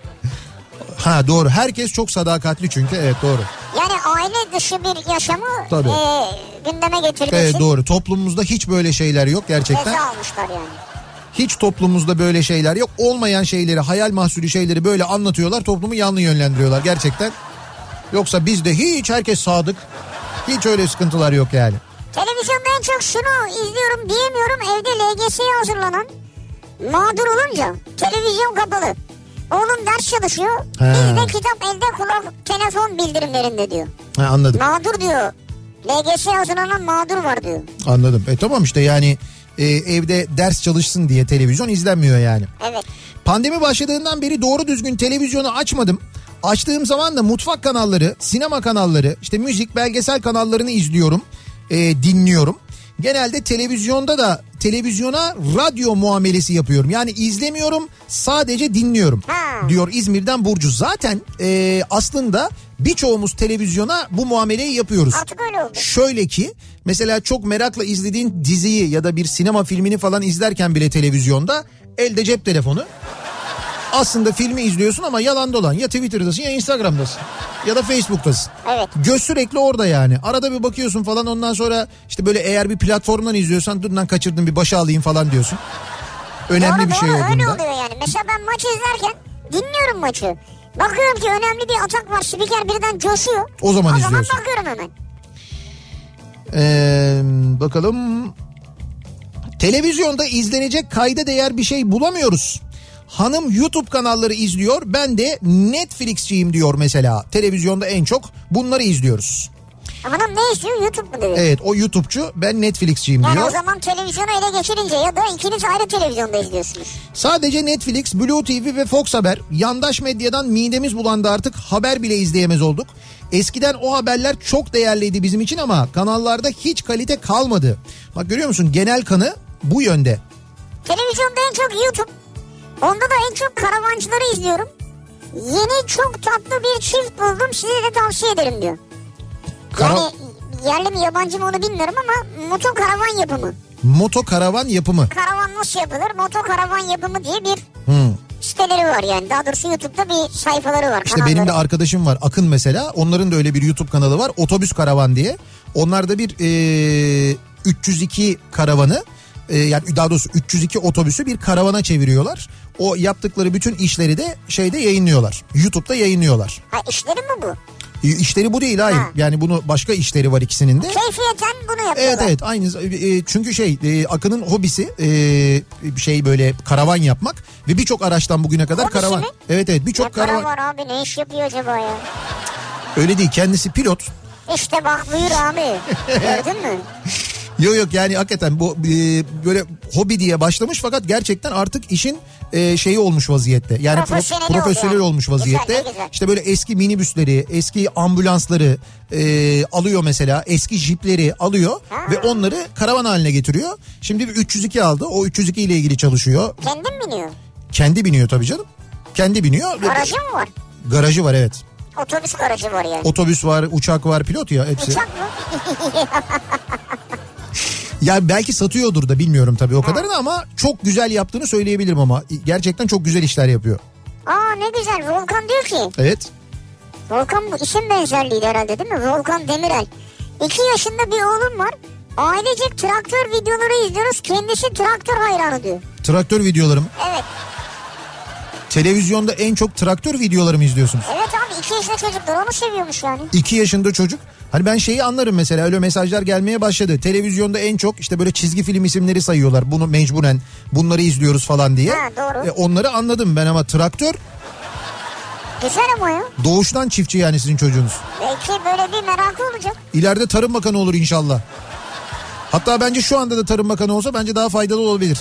Ha doğru. Herkes çok sadakatli çünkü. Evet doğru. Yani aile dışı bir yaşamı Tabii. Gündeme getirdiği Evet için doğru. Toplumumuzda hiç böyle şeyler yok gerçekten. ceza almışlar yani. Hiç toplumumuzda böyle şeyler yok. Olmayan şeyleri, hayal mahsulü şeyleri böyle anlatıyorlar. Toplumu yanlış yönlendiriyorlar gerçekten. Yoksa bizde hiç herkes sadık. Hiç öyle sıkıntılar yok yani. Televizyonda en çok şunu izliyorum diyemiyorum. Evde LGS'ye hazırlanan mağdur olunca televizyon kapalı. Oğlum ders çalışıyor. He. Bizde kitap elde, kulak telefon bildirimlerinde diyor. Ha, anladım. Mağdur diyor. LGS'ye hazırlanan mağdur var diyor. Anladım. Tamam işte yani evde ders çalışsın diye televizyon izlenmiyor yani. Evet. Pandemi başladığından beri doğru düzgün televizyonu açmadım. Açtığım zaman da mutfak kanalları, sinema kanalları, işte müzik, belgesel kanallarını izliyorum, dinliyorum. Genelde televizyona radyo muamelesi yapıyorum. Yani izlemiyorum, sadece dinliyorum. Diyor İzmir'den Burcu. Zaten aslında birçoğumuz televizyona bu muameleyi yapıyoruz. Artık öyle oldu. Şöyle ki mesela çok merakla izlediğin diziyi ya da bir sinema filmini falan izlerken bile televizyonda elde cep telefonu. Aslında filmi izliyorsun ama yalan dolan. Ya Twitter'dasın ya Instagram'dasın. Ya da Facebook'tasın. Evet. Göz sürekli orada yani. Arada bir bakıyorsun falan, ondan sonra işte böyle eğer bir platformdan izliyorsan dur lan kaçırdım bir başa alayım falan diyorsun. Önemli bir şey Doğru, olduğunda. öyle oluyor yani. Mesela ben maç izlerken dinliyorum maçı. Bakıyorum ki önemli bir atak var. Spiker birden coşuyor. O zaman izliyorsun. O zaman bakıyorum hemen. Bakalım. Televizyonda izlenecek kayda değer bir şey bulamıyoruz. Hanım YouTube kanalları izliyor. Ben de Netflix'ciyim diyor mesela. Televizyonda en çok bunları izliyoruz. Hanım ne izliyor? YouTube mu diyor? Evet, o YouTube'cu, ben Netflix'ciyim yani diyor. o zaman televizyonu ele geçirince ya da ikiniz ayrı televizyonda izliyorsunuz. Sadece Netflix, Blue TV ve Fox Haber. Yandaş medyadan midemiz bulandı artık. Haber bile izleyemez olduk. Eskiden o haberler çok değerliydi bizim için ama kanallarda hiç kalite kalmadı. Bak görüyor musun? Genel kanı bu yönde. Televizyonda en çok YouTube. Onda da en çok karavancıları izliyorum. Yeni çok tatlı bir çift buldum, size de tavsiye ederim diyor. Yani yerli mi yabancı mı onu bilmiyorum ama motokaravan yapımı. Motokaravan yapımı. Karavan nasıl yapılır? Motokaravan yapımı diye bir siteleri var yani. Daha doğrusu YouTube'da bir sayfaları var. İşte kanalları. benim de arkadaşım var, Akın mesela. Onların da öyle bir YouTube kanalı var. Otobüs Karavan diye. Onlar da bir 302 karavanı, yani daha doğrusu 302 otobüsü bir karavana çeviriyorlar. O yaptıkları bütün işleri de şeyde yayınlıyorlar. YouTube'da yayınlıyorlar. Ha, işleri mi bu? İşleri bu değil, hayır. Ha. Yani bunu başka işleri var ikisinin de. Keyfiyeten bunu yapıyorlar. Evet aynı çünkü Akın'ın hobisi şey böyle karavan yapmak ve birçok araçtan bugüne kadar Hobisi karavan. mi? Evet birçok karavan. Var abi, ne iş yapıyor acaba ya? Öyle değil, kendisi pilot. İşte bak buyur abi. Gördün mü? Yok yani hakikaten bu böyle hobi diye başlamış fakat gerçekten artık işin şeyi olmuş vaziyette. Yani profesyonel olmuş vaziyette. Güzel. İşte böyle eski minibüsleri, eski ambulansları alıyor mesela, eski jipleri alıyor ve onları karavan haline getiriyor. Şimdi bir 302 aldı. O 302 ile ilgili çalışıyor. Kendin biniyor. Kendi biniyor tabii canım. Kendi biniyor. Garajı mı var? Garajı var, evet. Otobüs garajı var yani. Otobüs var, uçak var, pilot ya hepsi. Uçak mı? Ya belki satıyordur da bilmiyorum tabii o kadarını ama çok güzel yaptığını söyleyebilirim ama gerçekten çok güzel işler yapıyor. Aa ne güzel. Volkan diyor ki. Evet. Volkan bu isim benzerliği herhalde değil mi? Volkan Demirel. 2 yaşında bir oğlum var. Ailecek traktör videoları izliyoruz. Kendisi traktör hayranı diyor. Traktör videolarım. Evet. Televizyonda en çok traktör videoları mı izliyorsunuz? Evet abi 2 yaşında çocuklar onu seviyormuş yani. 2 yaşında çocuk. Hani ben şeyi anlarım mesela, öyle mesajlar gelmeye başladı. Televizyonda en çok işte böyle çizgi film isimleri sayıyorlar. Bunu mecburen bunları izliyoruz falan diye. Ha, doğru. Onları anladım ben ama traktör... Güzel ama ya. Doğuştan çiftçi yani sizin çocuğunuz. Belki böyle bir merakı olacak. İleride Tarım Bakanı olur inşallah. Hatta bence şu anda da Tarım Bakanı olsa bence daha faydalı olabilir.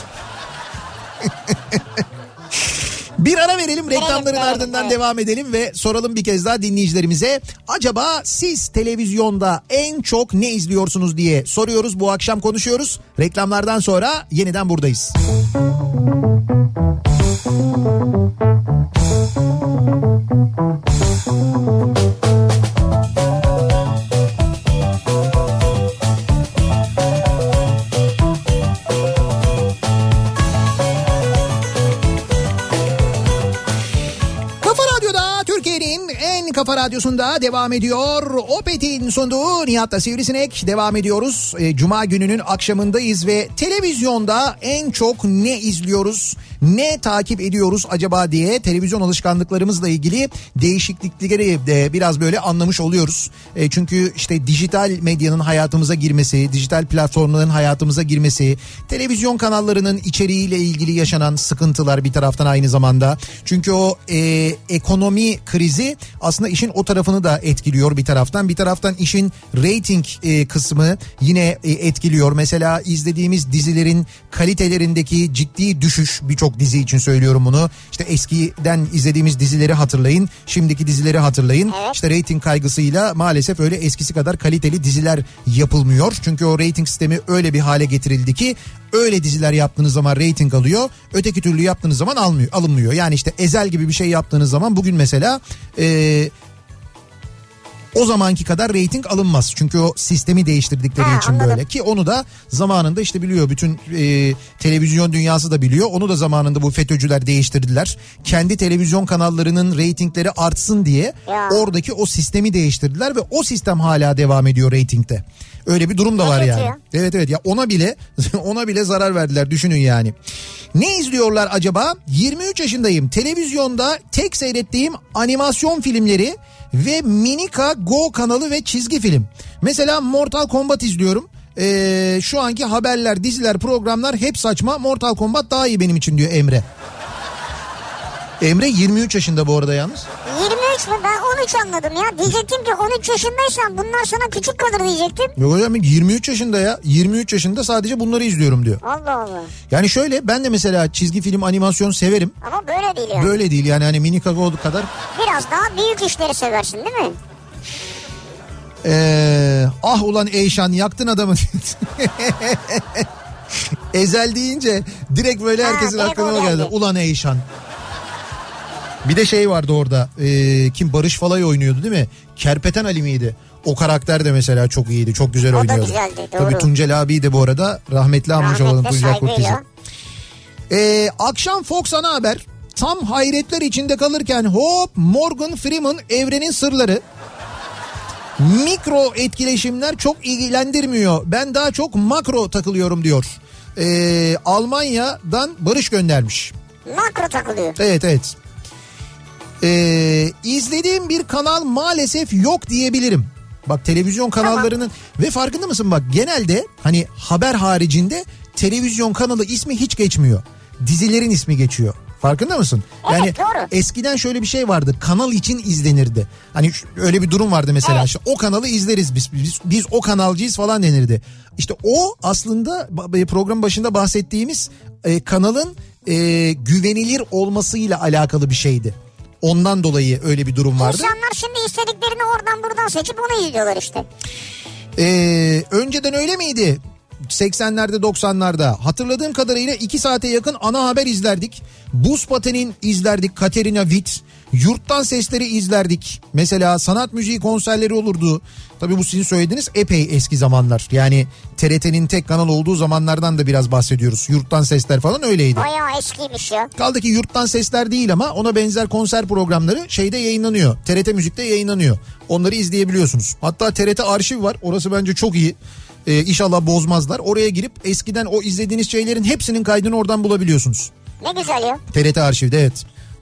Bir ara verelim, reklamların ardından devam edelim ve soralım bir kez daha dinleyicilerimize. Acaba siz televizyonda en çok ne izliyorsunuz diye soruyoruz, bu akşam konuşuyoruz. Reklamlardan sonra yeniden buradayız. Kafa Radyosu'nda devam ediyor. Opet'in sunduğu Nihat'la Sivrisinek devam ediyoruz. Cuma gününün akşamındayız ve televizyonda en çok ne izliyoruz, ne takip ediyoruz acaba diye televizyon alışkanlıklarımızla ilgili değişiklikleri de biraz böyle anlamış oluyoruz. Çünkü işte dijital medyanın hayatımıza girmesi, dijital platformların hayatımıza girmesi, televizyon kanallarının içeriğiyle ilgili yaşanan sıkıntılar bir taraftan aynı zamanda. Çünkü o ekonomi krizi aslında işin o tarafını da etkiliyor bir taraftan. Bir taraftan işin reyting kısmı yine etkiliyor. Mesela izlediğimiz dizilerin kalitelerindeki ciddi düşüş, birçok dizi için söylüyorum bunu. İşte eskiden izlediğimiz dizileri hatırlayın, şimdiki dizileri hatırlayın. Evet. İşte reyting kaygısıyla maalesef öyle eskisi kadar kaliteli diziler yapılmıyor. Çünkü o reyting sistemi öyle bir hale getirildi ki öyle diziler yaptığınız zaman reyting alıyor. Öteki türlü yaptığınız zaman alınmıyor. Yani işte Ezel gibi bir şey yaptığınız zaman bugün mesela o zamanki kadar reyting alınmaz. Çünkü o sistemi değiştirdikleri için anladım. Böyle ki onu da zamanında işte biliyor bütün televizyon dünyası da biliyor. Onu da zamanında bu FETÖ'cüler değiştirdiler. Kendi televizyon kanallarının reytingleri artsın diye oradaki o sistemi değiştirdiler ve o sistem hala devam ediyor reytingde. Öyle bir durum da var yani. Evet ya ona bile zarar verdiler, düşünün yani. Ne izliyorlar acaba? 23 yaşındayım. Televizyonda tek seyrettiğim animasyon filmleri ve Minika Go kanalı ve çizgi film. Mesela Mortal Kombat izliyorum. Şu anki haberler, diziler, programlar hep saçma. Mortal Kombat daha iyi benim için diyor Emre. Emre 23 yaşında bu arada yalnız. 23 mü? Ben 13 anladım ya. Diyecektim ki 13 yaşındaysan bunlar sana küçük kalır diyecektim. Yok hocam 23 yaşında ya. 23 yaşında sadece bunları izliyorum diyor. Allah Allah. Yani şöyle, ben de mesela çizgi film, animasyon severim. Ama böyle değil yani. Böyle değil yani, hani Minika Go kadar. Biraz daha büyük işleri seversin değil mi? Ah ulan Eyşan, yaktın adamı. Ezel deyince direkt böyle herkesin aklına geldi. Ulan Eyşan. Bir de şey vardı orada, kim, Barış Falay oynuyordu değil mi? Kerpeten Ali miydi? O karakter de mesela çok iyiydi, çok güzel oynuyordu. O da güzeldi, doğru. Tabii Tuncel abi de bu arada rahmetli almış olalım, Tuncel Kurtiz'i. Akşam Fox Ana Haber tam hayretler içinde kalırken hop Morgan Freeman Evrenin Sırları. Mikro etkileşimler çok ilgilendirmiyor. Ben daha çok makro takılıyorum diyor. Almanya'dan Barış göndermiş. Makro takılıyor. Evet. İzlediğim bir kanal maalesef yok diyebilirim. Bak televizyon kanallarının ve farkında mısın bak, genelde hani haber haricinde televizyon kanalı ismi hiç geçmiyor. Dizilerin ismi geçiyor. Farkında mısın? Yani evet, doğru. Eskiden şöyle bir şey vardı. Kanal için izlenirdi. Hani öyle bir durum vardı mesela. Evet. İşte o kanalı izleriz biz o kanalcıyız falan denirdi. İşte o aslında program başında bahsettiğimiz kanalın güvenilir olmasıyla alakalı bir şeydi. Ondan dolayı öyle bir durum vardı. İnsanlar şimdi istediklerini oradan buradan seçip onu izliyorlar işte. Önceden öyle miydi? 80'lerde 90'larda hatırladığım kadarıyla 2 saate yakın ana haber izlerdik. Buz patenin izlerdik, Katerina Witt. Yurttan sesleri izlerdik. Mesela sanat müziği konserleri olurdu. Tabii bu sizin söylediğiniz epey eski zamanlar. Yani TRT'nin tek kanal olduğu zamanlardan da biraz bahsediyoruz. Yurttan sesler falan öyleydi. Bayağı eskiymiş ya. Kaldı ki yurttan sesler değil ama ona benzer konser programları şeyde yayınlanıyor. TRT Müzik'te yayınlanıyor. Onları izleyebiliyorsunuz. Hatta TRT Arşiv var. Orası bence çok iyi. İnşallah bozmazlar. Oraya girip eskiden o izlediğiniz şeylerin hepsinin kaydını oradan bulabiliyorsunuz. Ne güzel ya. TRT Arşiv'de evet.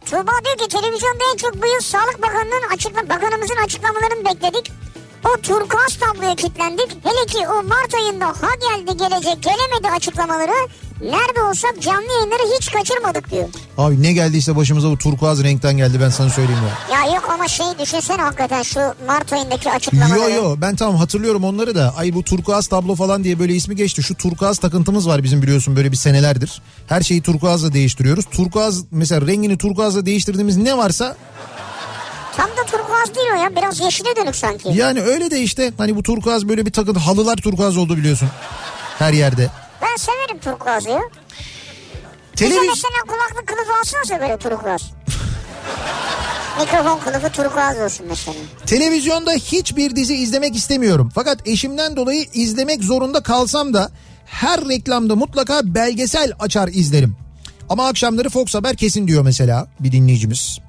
Tuğba diyor ki televizyonda en çok bu yıl Sağlık Bakanımızın açıklamalarını bekledik. O turkuaz tabloya kilitlendik. Hele ki o Mart ayında ha geldi gelecek gelemedi açıklamaları. Nerede olsak canlı yayınları hiç kaçırmadık diyor. Abi ne geldiyse başımıza bu turkuaz renkten geldi, ben sana söyleyeyim ya. Ya yok ama düşünsene hakikaten şu Mart ayındaki açıklamaları. Yo ben tamam hatırlıyorum onları da. Ay bu turkuaz tablo falan diye böyle ismi geçti. Şu turkuaz takıntımız var bizim, biliyorsun, böyle bir senelerdir. Her şeyi turkuazla değiştiriyoruz. Turkuaz mesela, rengini turkuazla değiştirdiğimiz ne varsa... Tam da turkuaz değil o ya, biraz yeşile dönük sanki. Yani öyle de işte hani bu turkuaz böyle bir takıntı. Halılar turkuaz oldu biliyorsun her yerde. Ben severim turkuazı ya. Bize mesela kulaklık kılıfı alsanıza böyle turkuaz. Mikrofon kılıfı turkuaz olsun mesela. Televizyonda hiçbir dizi izlemek istemiyorum. Fakat eşimden dolayı izlemek zorunda kalsam da her reklamda mutlaka belgesel açar izlerim. Ama akşamları Fox Haber kesin diyor mesela bir dinleyicimiz.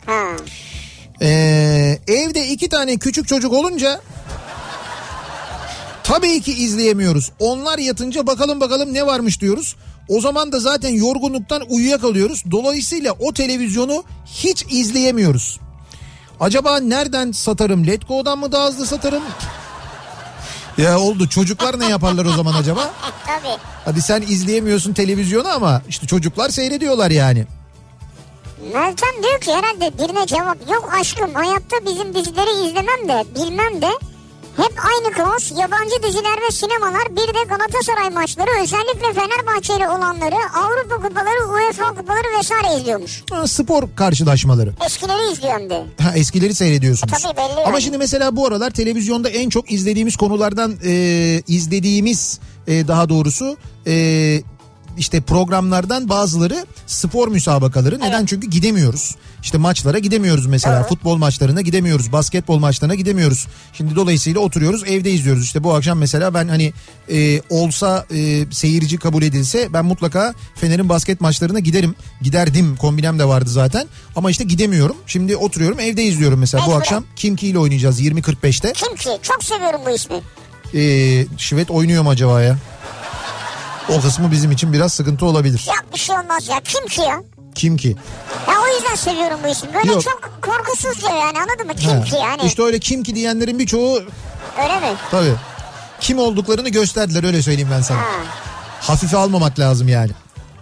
Evde 2 tane küçük çocuk olunca tabii ki izleyemiyoruz. Onlar yatınca bakalım ne varmış diyoruz. O zaman da zaten yorgunluktan uyuyakalıyoruz. Dolayısıyla o televizyonu hiç izleyemiyoruz. Acaba nereden satarım? Letgo'dan mı daha hızlı satarım? Ya oldu, çocuklar ne yaparlar o zaman acaba? Tabii. Hadi sen izleyemiyorsun televizyonu ama işte çocuklar seyrediyorlar yani. Meltem diyor ki herhalde birine cevap yok aşkım, hayatta bizim dizileri izlemem de bilmem de hep aynı kıvas, yabancı diziler ve sinemalar, bir de Galatasaray maçları, özellikle Fenerbahçeli olanları, Avrupa kupaları, UEFA kupaları vesaire izliyormuş. Spor karşılaşmaları. Eskileri izliyorum de. Eskileri seyrediyorsunuz. Tabii belli. Ama yani. Şimdi mesela bu aralar televizyonda en çok izlediğimiz konulardan daha doğrusu işte programlardan bazıları spor müsabakaları. Evet. Neden? Çünkü gidemiyoruz. İşte maçlara gidemiyoruz mesela. Evet. Futbol maçlarına gidemiyoruz. Basketbol maçlarına gidemiyoruz. Şimdi dolayısıyla oturuyoruz, evde izliyoruz. İşte bu akşam mesela ben hani olsa seyirci kabul edilse ben mutlaka Fener'in basket maçlarına giderdim. Kombinem de vardı zaten. Ama işte gidemiyorum. Şimdi oturuyorum, evde izliyorum mesela. Bu akşam Kimki ile oynayacağız 20.45'te. Kimki? Çok seviyorum bu ismi. Şivet oynuyor mu acaba ya? O kısmı bizim için biraz sıkıntı olabilir. Ya bir şey olmaz ya. Kimki ya? Kimki? Ya o yüzden seviyorum bu ismi. Böyle yok. Çok korkusuzca yani, anladın mı? Kimki yani. İşte öyle Kimki diyenlerin birçoğu... Öyle mi? Tabii. Kim olduklarını gösterdiler, öyle söyleyeyim ben sana. Hafife almamak lazım yani.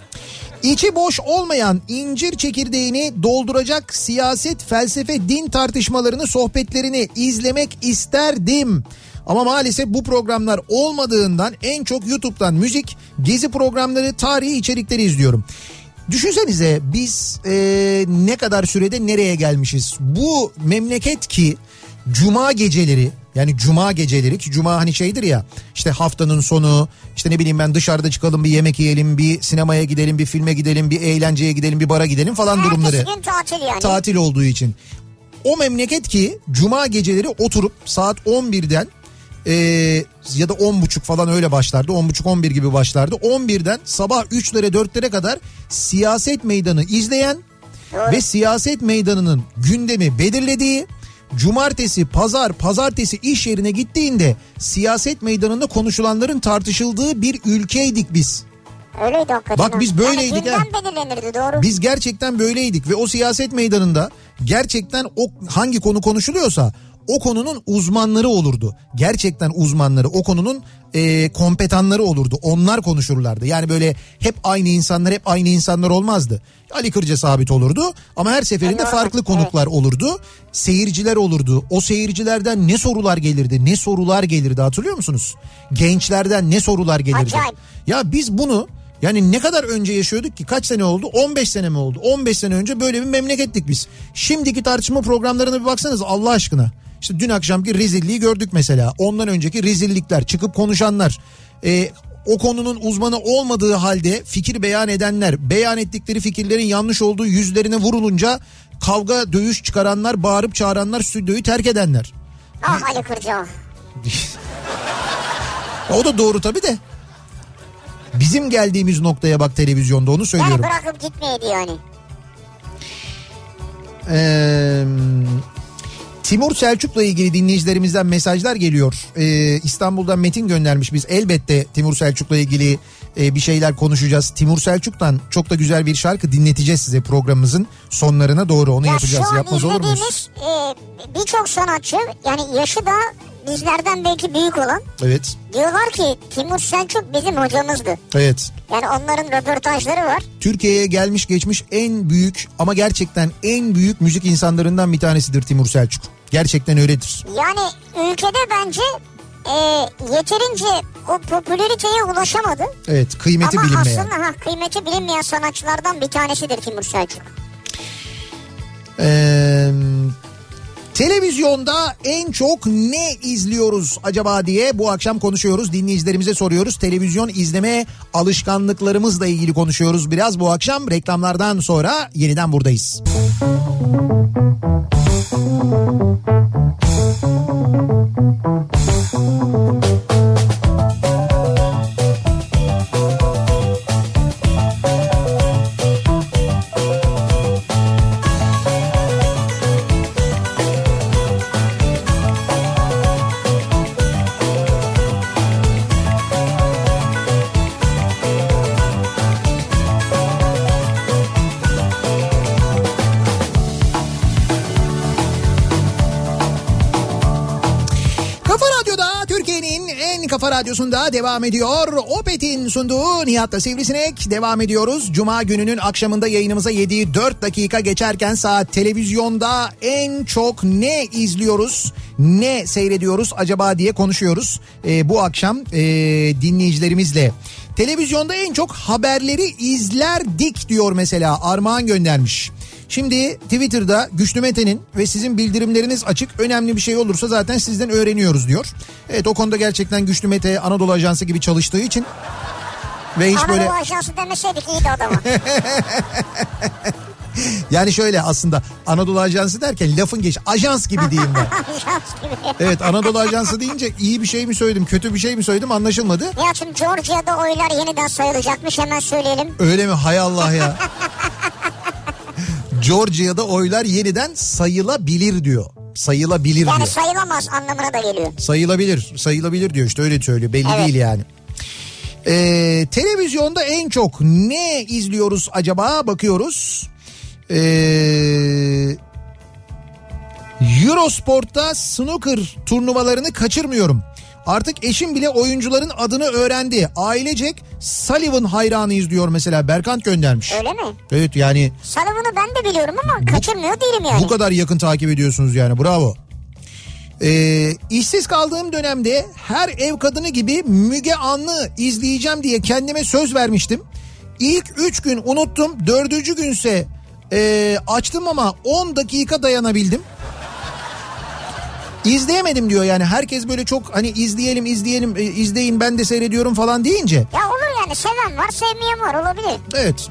İçi boş olmayan incir çekirdeğini dolduracak siyaset, felsefe, din tartışmalarını, sohbetlerini izlemek isterdim. Ama maalesef bu programlar olmadığından en çok YouTube'dan müzik, gezi programları, tarihi içerikleri izliyorum. Düşünsenize biz ne kadar sürede nereye gelmişiz? Bu memleket ki cuma geceleri, yani cuma geceleri ki cuma hani şeydir ya, işte haftanın sonu, işte ne bileyim ben dışarıda çıkalım, bir yemek yiyelim, bir sinemaya gidelim, bir filme gidelim, bir eğlenceye gidelim, bir bara gidelim falan durumları. Ertesi gün tatil yani. Tatil olduğu için. O memleket ki cuma geceleri oturup saat 11'den ya da 10.30 falan öyle başlardı. 10.30-11 gibi başlardı. 11'den sabah 3'lere 4'lere kadar siyaset meydanı izleyen ve siyaset meydanının gündemi belirlediği, cumartesi, pazartesi iş yerine gittiğinde siyaset meydanında konuşulanların tartışıldığı bir ülkeydik biz. Öyleydi hakikaten. Bak biz böyleydik. Yani gündem belirlenirdi, doğru. Biz gerçekten böyleydik ve o siyaset meydanında gerçekten o hangi konu konuşuluyorsa o konunun uzmanları olurdu. Gerçekten uzmanları, o konunun kompetanları olurdu. Onlar konuşurlardı. Yani böyle hep aynı insanlar olmazdı. Ali Kırca sabit olurdu ama her seferinde farklı konuklar olurdu. Seyirciler olurdu. O seyircilerden ne sorular gelirdi hatırlıyor musunuz? Gençlerden ne sorular gelirdi? Acayip. Ya biz bunu yani ne kadar önce yaşıyorduk ki? Kaç sene oldu? 15 sene mi oldu? 15 sene önce böyle bir memlekettik biz. Şimdiki tartışma programlarına bir baksanız Allah aşkına. İşte dün akşamki rezilliği gördük mesela. Ondan önceki rezillikler, çıkıp konuşanlar, o konunun uzmanı olmadığı halde fikir beyan edenler, beyan ettikleri fikirlerin yanlış olduğu yüzlerine vurulunca kavga, dövüş çıkaranlar, bağırıp çağıranlar, stüdyoyu terk edenler. Ah Ali Kırca. O da doğru tabii de. Bizim geldiğimiz noktaya bak televizyonda, onu söylüyorum. Yani bırakıp gitmeydi yani. Timur Selçuk'la ilgili dinleyicilerimizden mesajlar geliyor. İstanbul'dan Metin göndermiş. Biz elbette Timur Selçuk'la ilgili bir şeyler konuşacağız. Timur Selçuk'tan çok da güzel bir şarkı dinleteceğiz size programımızın sonlarına doğru. Onu yapacağız. Yapmaz olur muyuz? Şu an izlediğimiz birçok sanatçı, yani yaşı da bizlerden belki büyük olan. Evet. Diyorlar ki Timur Selçuk bizim hocamızdı. Evet. Yani onların röportajları var. Türkiye'ye gelmiş geçmiş en büyük ama gerçekten en büyük müzik insanlarından bir tanesidir Timur Selçuk. Gerçekten öyledir. Yani ülkede bence yeterince o popülariteye ulaşamadı. Evet, kıymeti ama bilinmeyen. Ama aslında kıymeti bilinmeyen sanatçılardan bir tanesidir Timur Selçuk. Televizyonda en çok ne izliyoruz acaba diye bu akşam konuşuyoruz. Dinleyicilerimize soruyoruz. Televizyon izleme alışkanlıklarımızla ilgili konuşuyoruz biraz bu akşam. Reklamlardan sonra yeniden buradayız. Kafa Radyosu'nda devam ediyor. Opet'in sunduğu Nihat'la Sivrisinek devam ediyoruz. Cuma gününün akşamında yayınımıza 7'yi 4 dakika geçerken saat, televizyonda en çok ne izliyoruz, ne seyrediyoruz acaba diye konuşuyoruz. Bu akşam dinleyicilerimizle. Televizyonda en çok haberleri izlerdik diyor mesela, Armağan göndermiş. Şimdi Twitter'da Güçlü Mete'nin ve sizin bildirimleriniz açık, önemli bir şey olursa zaten sizden öğreniyoruz diyor. Evet, o konuda gerçekten Güçlü Mete Anadolu Ajansı gibi çalıştığı için ve hiç Anadolu böyle... Ajansı demeseydik iyiydi adama. Yani şöyle, aslında Anadolu Ajansı derken lafın geç, ajans gibi diyeyim ben. Ajans gibi. Evet, Anadolu Ajansı deyince iyi bir şey mi söyledim, kötü bir şey mi söyledim anlaşılmadı. Ya şimdi Georgia'da oylar yeniden sayılacakmış, hemen söyleyelim. Öyle mi? Hay Allah ya. Georgia'da oylar yeniden sayılabilir diyor. Sayılabilir yani diyor. sayılamaz anlamına da geliyor. Sayılabilir diyor, işte öyle söylüyor, belli evet. değil yani. Televizyonda en çok ne izliyoruz acaba, bakıyoruz. Eurosport'ta snooker turnuvalarını kaçırmıyorum. Artık eşim bile oyuncuların adını öğrendi. Ailecek Sullivan hayranıyız diyor mesela, Berkant göndermiş. Öyle mi? Evet, yani. Sullivan'ı ben de biliyorum ama kaçırmıyor değilim yani. Bu kadar yakın takip ediyorsunuz yani, bravo. İşsiz kaldığım dönemde her ev kadını gibi Müge Anlı izleyeceğim diye kendime söz vermiştim. İlk 3 gün unuttum, 4. günse açtım ama 10 dakika dayanabildim. İzleyemedim diyor yani, herkes böyle çok hani izleyelim izleyin ben de seyrediyorum falan deyince. Ya olur yani, seven var sevmeyen var, olabilir. Evet.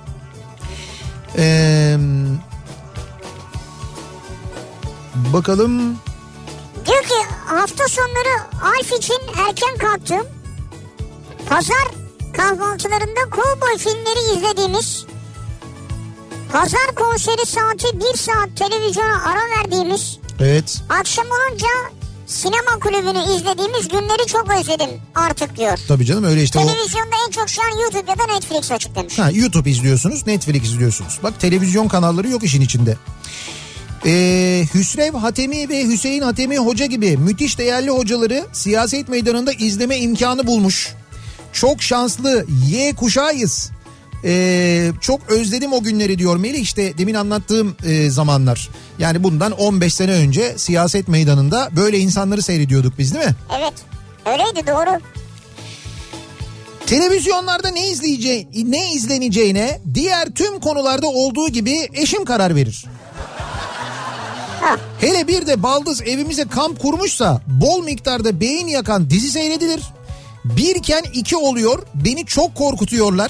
Bakalım. Diyor ki hafta sonları Alf için erken kalktım. Pazar kahvaltılarında kovboy filmleri izlediğimiz, pazar konseri saati 1 saat televizyona ara verdiğimiz, Evet. akşam olunca sinema kulübünü izlediğimiz günleri çok özledim artık diyor. Tabii canım, öyle işte. Televizyonda en çok şu an YouTube ya da Netflix açık demiş. YouTube izliyorsunuz, Netflix izliyorsunuz. Bak, televizyon kanalları yok işin içinde. Hüsrev Hatemi ve Hüseyin Hatemi Hoca gibi müthiş değerli hocaları siyaset meydanında izleme imkanı bulmuş. Çok şanslı Y kuşağıyız. Çok özledim o günleri diyor Melih, işte demin anlattığım zamanlar. Yani bundan 15 sene önce siyaset meydanında böyle insanları seyrediyorduk biz, değil mi? Evet, öyleydi, doğru. Televizyonlarda ne izleneceğine diğer tüm konularda olduğu gibi eşim karar verir. Ha. Hele bir de baldız evimize kamp kurmuşsa bol miktarda beyin yakan dizi seyredilir. Birken 2 oluyor, beni çok korkutuyorlar.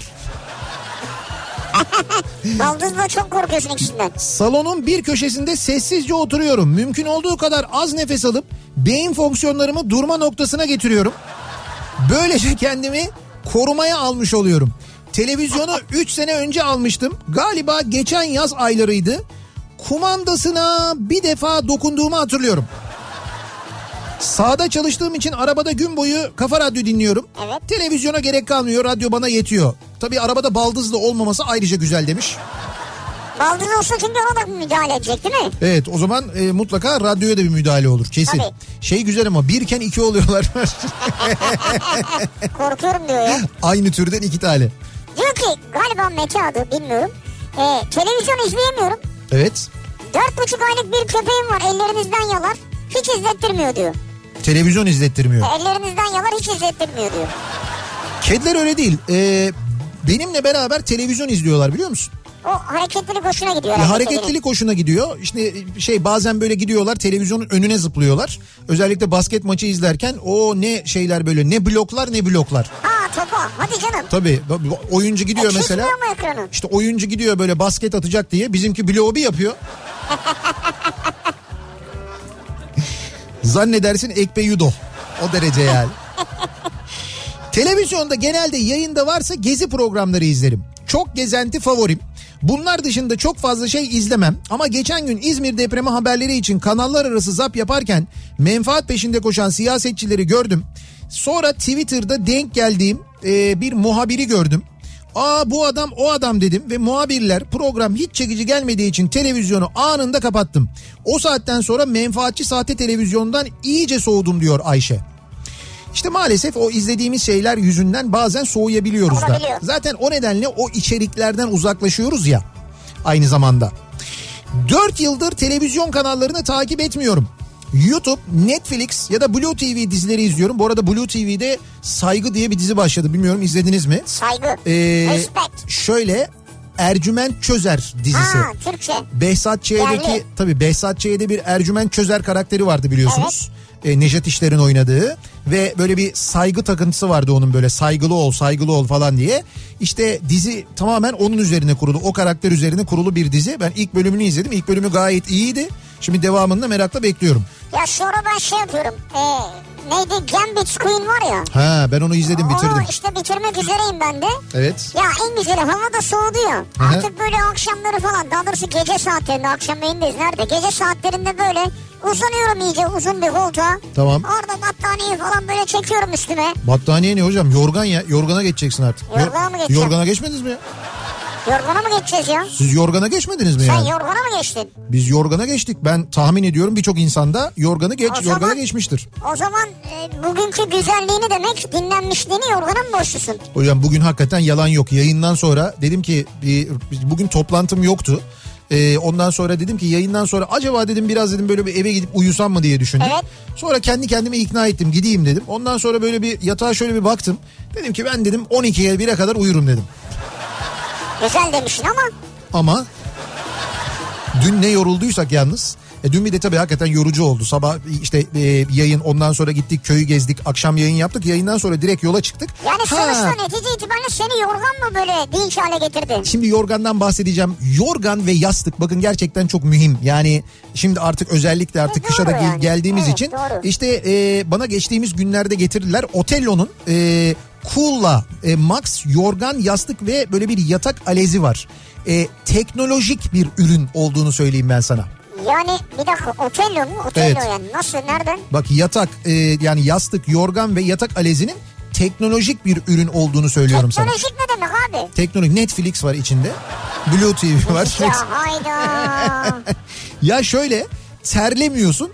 Baldızla çok korkuyorsun ikisinden. Salonun bir köşesinde sessizce oturuyorum. Mümkün olduğu kadar az nefes alıp beyin fonksiyonlarımı durma noktasına getiriyorum. Böylece kendimi korumaya almış oluyorum. Televizyonu 3 sene önce almıştım. Galiba geçen yaz aylarıydı. Kumandasına bir defa dokunduğumu hatırlıyorum. Sağda çalıştığım için arabada gün boyu Kafa Radyo dinliyorum. Evet. Televizyona gerek kalmıyor, radyo bana yetiyor. Tabii arabada baldızlı olmaması ayrıca güzel demiş. Baldız olsa çünkü ona da müdahale edecek değil mi? Evet, o zaman mutlaka radyoya da bir müdahale olur kesin. Tabii. Şey güzel ama birken iki oluyorlar. Korkuyorum diyor ya. Aynı türden iki tane. Diyor ki galiba Mete adı bilmiyorum. Televizyon izleyemiyorum. Evet. 4,5 aylık bir köpeğim var, ellerinizden yalar. Hiç izlettirmiyor diyor. Televizyon izlettirmiyor. Ellerinizden yalar, hiç izlettirmiyor diyor. Kediler öyle değil. Benimle beraber televizyon izliyorlar, biliyor musun? O hareketlilik hoşuna gidiyor. Hareketlilik hoşuna gidiyor. İşte bazen böyle gidiyorlar, televizyonun önüne zıplıyorlar. Özellikle basket maçı izlerken o ne şeyler böyle, ne bloklar. Ha, topa, hadi canım. Tabii oyuncu gidiyor mesela. Çizmiyor mu ekranı? İşte oyuncu gidiyor böyle basket atacak diye, bizimki bloğu bir yapıyor. Zannedersin Ekpe Yudo. O derece yani. Televizyonda genelde yayında varsa gezi programları izlerim. Çok gezenti favorim. Bunlar dışında çok fazla şey izlemem. Ama geçen gün İzmir depremi haberleri için kanallar arası zap yaparken menfaat peşinde koşan siyasetçileri gördüm. Sonra Twitter'da denk geldiğim bir muhabiri gördüm. Aa, bu adam o adam dedim ve muhabirler program hiç çekici gelmediği için televizyonu anında kapattım. O saatten sonra menfaatçi sahte televizyondan iyice soğudum diyor Ayşe. İşte maalesef o izlediğimiz şeyler yüzünden bazen soğuyabiliyoruz da. Zaten o nedenle o içeriklerden uzaklaşıyoruz ya aynı zamanda. 4 yıldır televizyon kanallarını takip etmiyorum. YouTube, Netflix ya da Blue TV dizileri izliyorum. Bu arada Blue TV'de Saygı diye bir dizi başladı. Bilmiyorum, izlediniz mi? Saygı. Respect. Şöyle, Ercüment Çözer dizisi. Ha, Türkçe. Behzat Ç'deki, tabii Behzat Ç'de bir Ercüment Çözer karakteri vardı biliyorsunuz. Evet. Nejat İşler'in oynadığı ve böyle bir saygı takıntısı vardı onun, böyle saygılı ol falan diye. İşte dizi tamamen onun üzerine kurulu, o karakter üzerine kurulu bir dizi. Ben ilk bölümünü izledim. İlk bölümü gayet iyiydi. Şimdi devamını da merakla bekliyorum. Ya sonra ben şey yapıyorum. Neydi? Gambit Queen var ya. Ha, ben onu izledim, bitirdim. Onu işte bitirmek üzereyim ben de. Evet. Ya en güzeli, hava da soğudu ya. Hı-hı. Artık böyle akşamları falan, daha doğrusu gece saatlerinde, akşam yayındayız nerede? Gece saatlerinde böyle uzanıyorum iyice uzun bir koltuğa. Tamam. Orada battaniyeyi falan böyle çekiyorum üstüme. Battaniye ne hocam? Yorgan ya. Yorgana geçeceksin artık. Yorgana mı geçeceğim? Yorgana geçmediniz mi ya? Yorgana mı geçeceğiz ya? Siz yorgana geçmediniz mi yani? Sen yorgana mı geçtin? Biz yorgana geçtik. Ben tahmin ediyorum birçok insanda yorgana geçmiştir. O zaman bugünkü güzelliğini demek, dinlenmişliğini yorgana mı borçlusun? Hocam bugün hakikaten yalan yok. Yayından sonra dedim ki bugün toplantım yoktu. Ondan sonra dedim ki yayından sonra acaba dedim biraz dedim böyle bir eve gidip uyusam mı diye düşündüm. Evet. Sonra kendi kendime ikna ettim, gideyim dedim. Ondan sonra böyle bir yatağa şöyle bir baktım. Dedim ki ben dedim 12'ye 1'e kadar uyurum dedim. Güzel demişsin ama dün ne yorulduysak yalnız. Dün bir de tabii hakikaten yorucu oldu. Sabah işte yayın, ondan sonra gittik köyü gezdik, akşam yayın yaptık. Yayından sonra direkt yola çıktık. Yani sonuçta netice itibariyle seni yorgan mı böyle dinç hale getirdi? Şimdi yorgandan bahsedeceğim. Yorgan ve yastık bakın gerçekten çok mühim. Yani şimdi artık özellikle artık kışa da geldiğimiz için. Doğru. İşte bana geçtiğimiz günlerde getirdiler. Otello'nun Cool'la Max yorgan, yastık ve böyle bir yatak alezi var. Teknolojik bir ürün olduğunu söyleyeyim ben sana. Yani bir dakika, Otello mu? Otello evet. Yani nasıl, nereden? Bak yatak yani yastık, yorgan ve yatak alezinin teknolojik bir ürün olduğunu söylüyorum sana. Teknolojik ne demek abi? Teknolojik, Netflix var içinde. Blue TV var. Ya hayda. Ya şöyle, terlemiyorsun.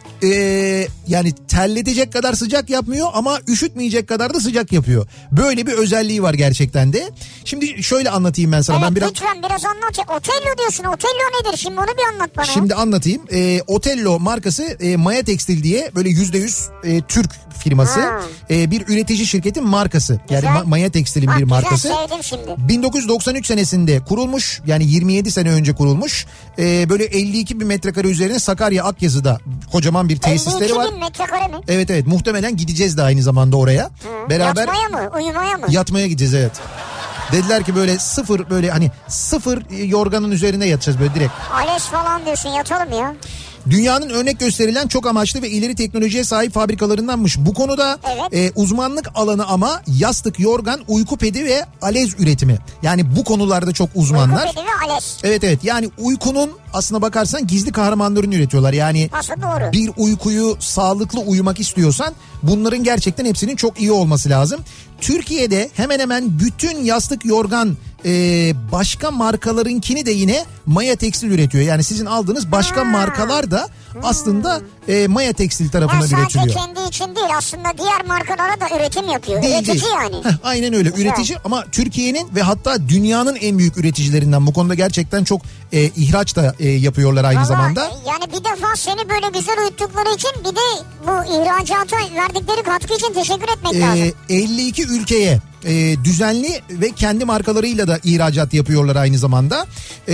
Yani terletecek kadar sıcak yapmıyor ama üşütmeyecek kadar da sıcak yapıyor. Böyle bir özelliği var gerçekten de. Şimdi şöyle anlatayım ben sana. Evet, lütfen biraz anlat. Otello diyorsun. Otello nedir? Şimdi onu bir anlat bana. Şimdi anlatayım. Otello markası Maya Tekstil diye böyle %100 Türk firması. Bir üretici şirketin markası. Yani Maya Tekstil'in bir markası. Güzel, sevdim şimdi. 1993 senesinde kurulmuş. Yani 27 sene önce kurulmuş. Böyle 52 bin metrekare üzerine Sakarya Akyazı'da kocaman bir tesisleri var. 52 bin metrekare mi? Evet, muhtemelen gideceğiz de aynı zamanda oraya. Beraber yatmaya mı, uyumaya mı? Yatmaya gideceğiz, evet. Dediler ki böyle sıfır yorganın üzerine yatacağız böyle direkt. Ales falan diyorsun, yatalım ya. Dünyanın örnek gösterilen çok amaçlı ve ileri teknolojiye sahip fabrikalarındanmış. Bu konuda uzmanlık alanı ama yastık, yorgan, uyku pedi ve alez üretimi. Yani bu konularda çok uzmanlar. Uyku pedi ve ALES. Evet yani uykunun aslına bakarsan gizli kahramanlarını üretiyorlar. Yani nasıl doğru? Bir uykuyu sağlıklı uyumak istiyorsan bunların gerçekten hepsinin çok iyi olması lazım. Türkiye'de hemen hemen bütün yastık yorgan başka markalarınkini de yine Maya Tekstil üretiyor. Yani sizin aldığınız başka markalar da aslında Maya Tekstil tarafından üretiliyor. Sadece kendi için değil, aslında diğer markalara da üretim yapıyor. Üretici yani. Aynen öyle. Güzel. Üretici ama Türkiye'nin ve hatta dünyanın en büyük üreticilerinden. Bu konuda gerçekten çok ihraç da yapıyorlar aynı zamanda. Yani bir defa seni böyle güzel uyuttukları için bir de bu ihracata verdikleri katkı için teşekkür etmek lazım. 52 ülkeye düzenli ve kendi markalarıyla da ihracat yapıyorlar aynı zamanda.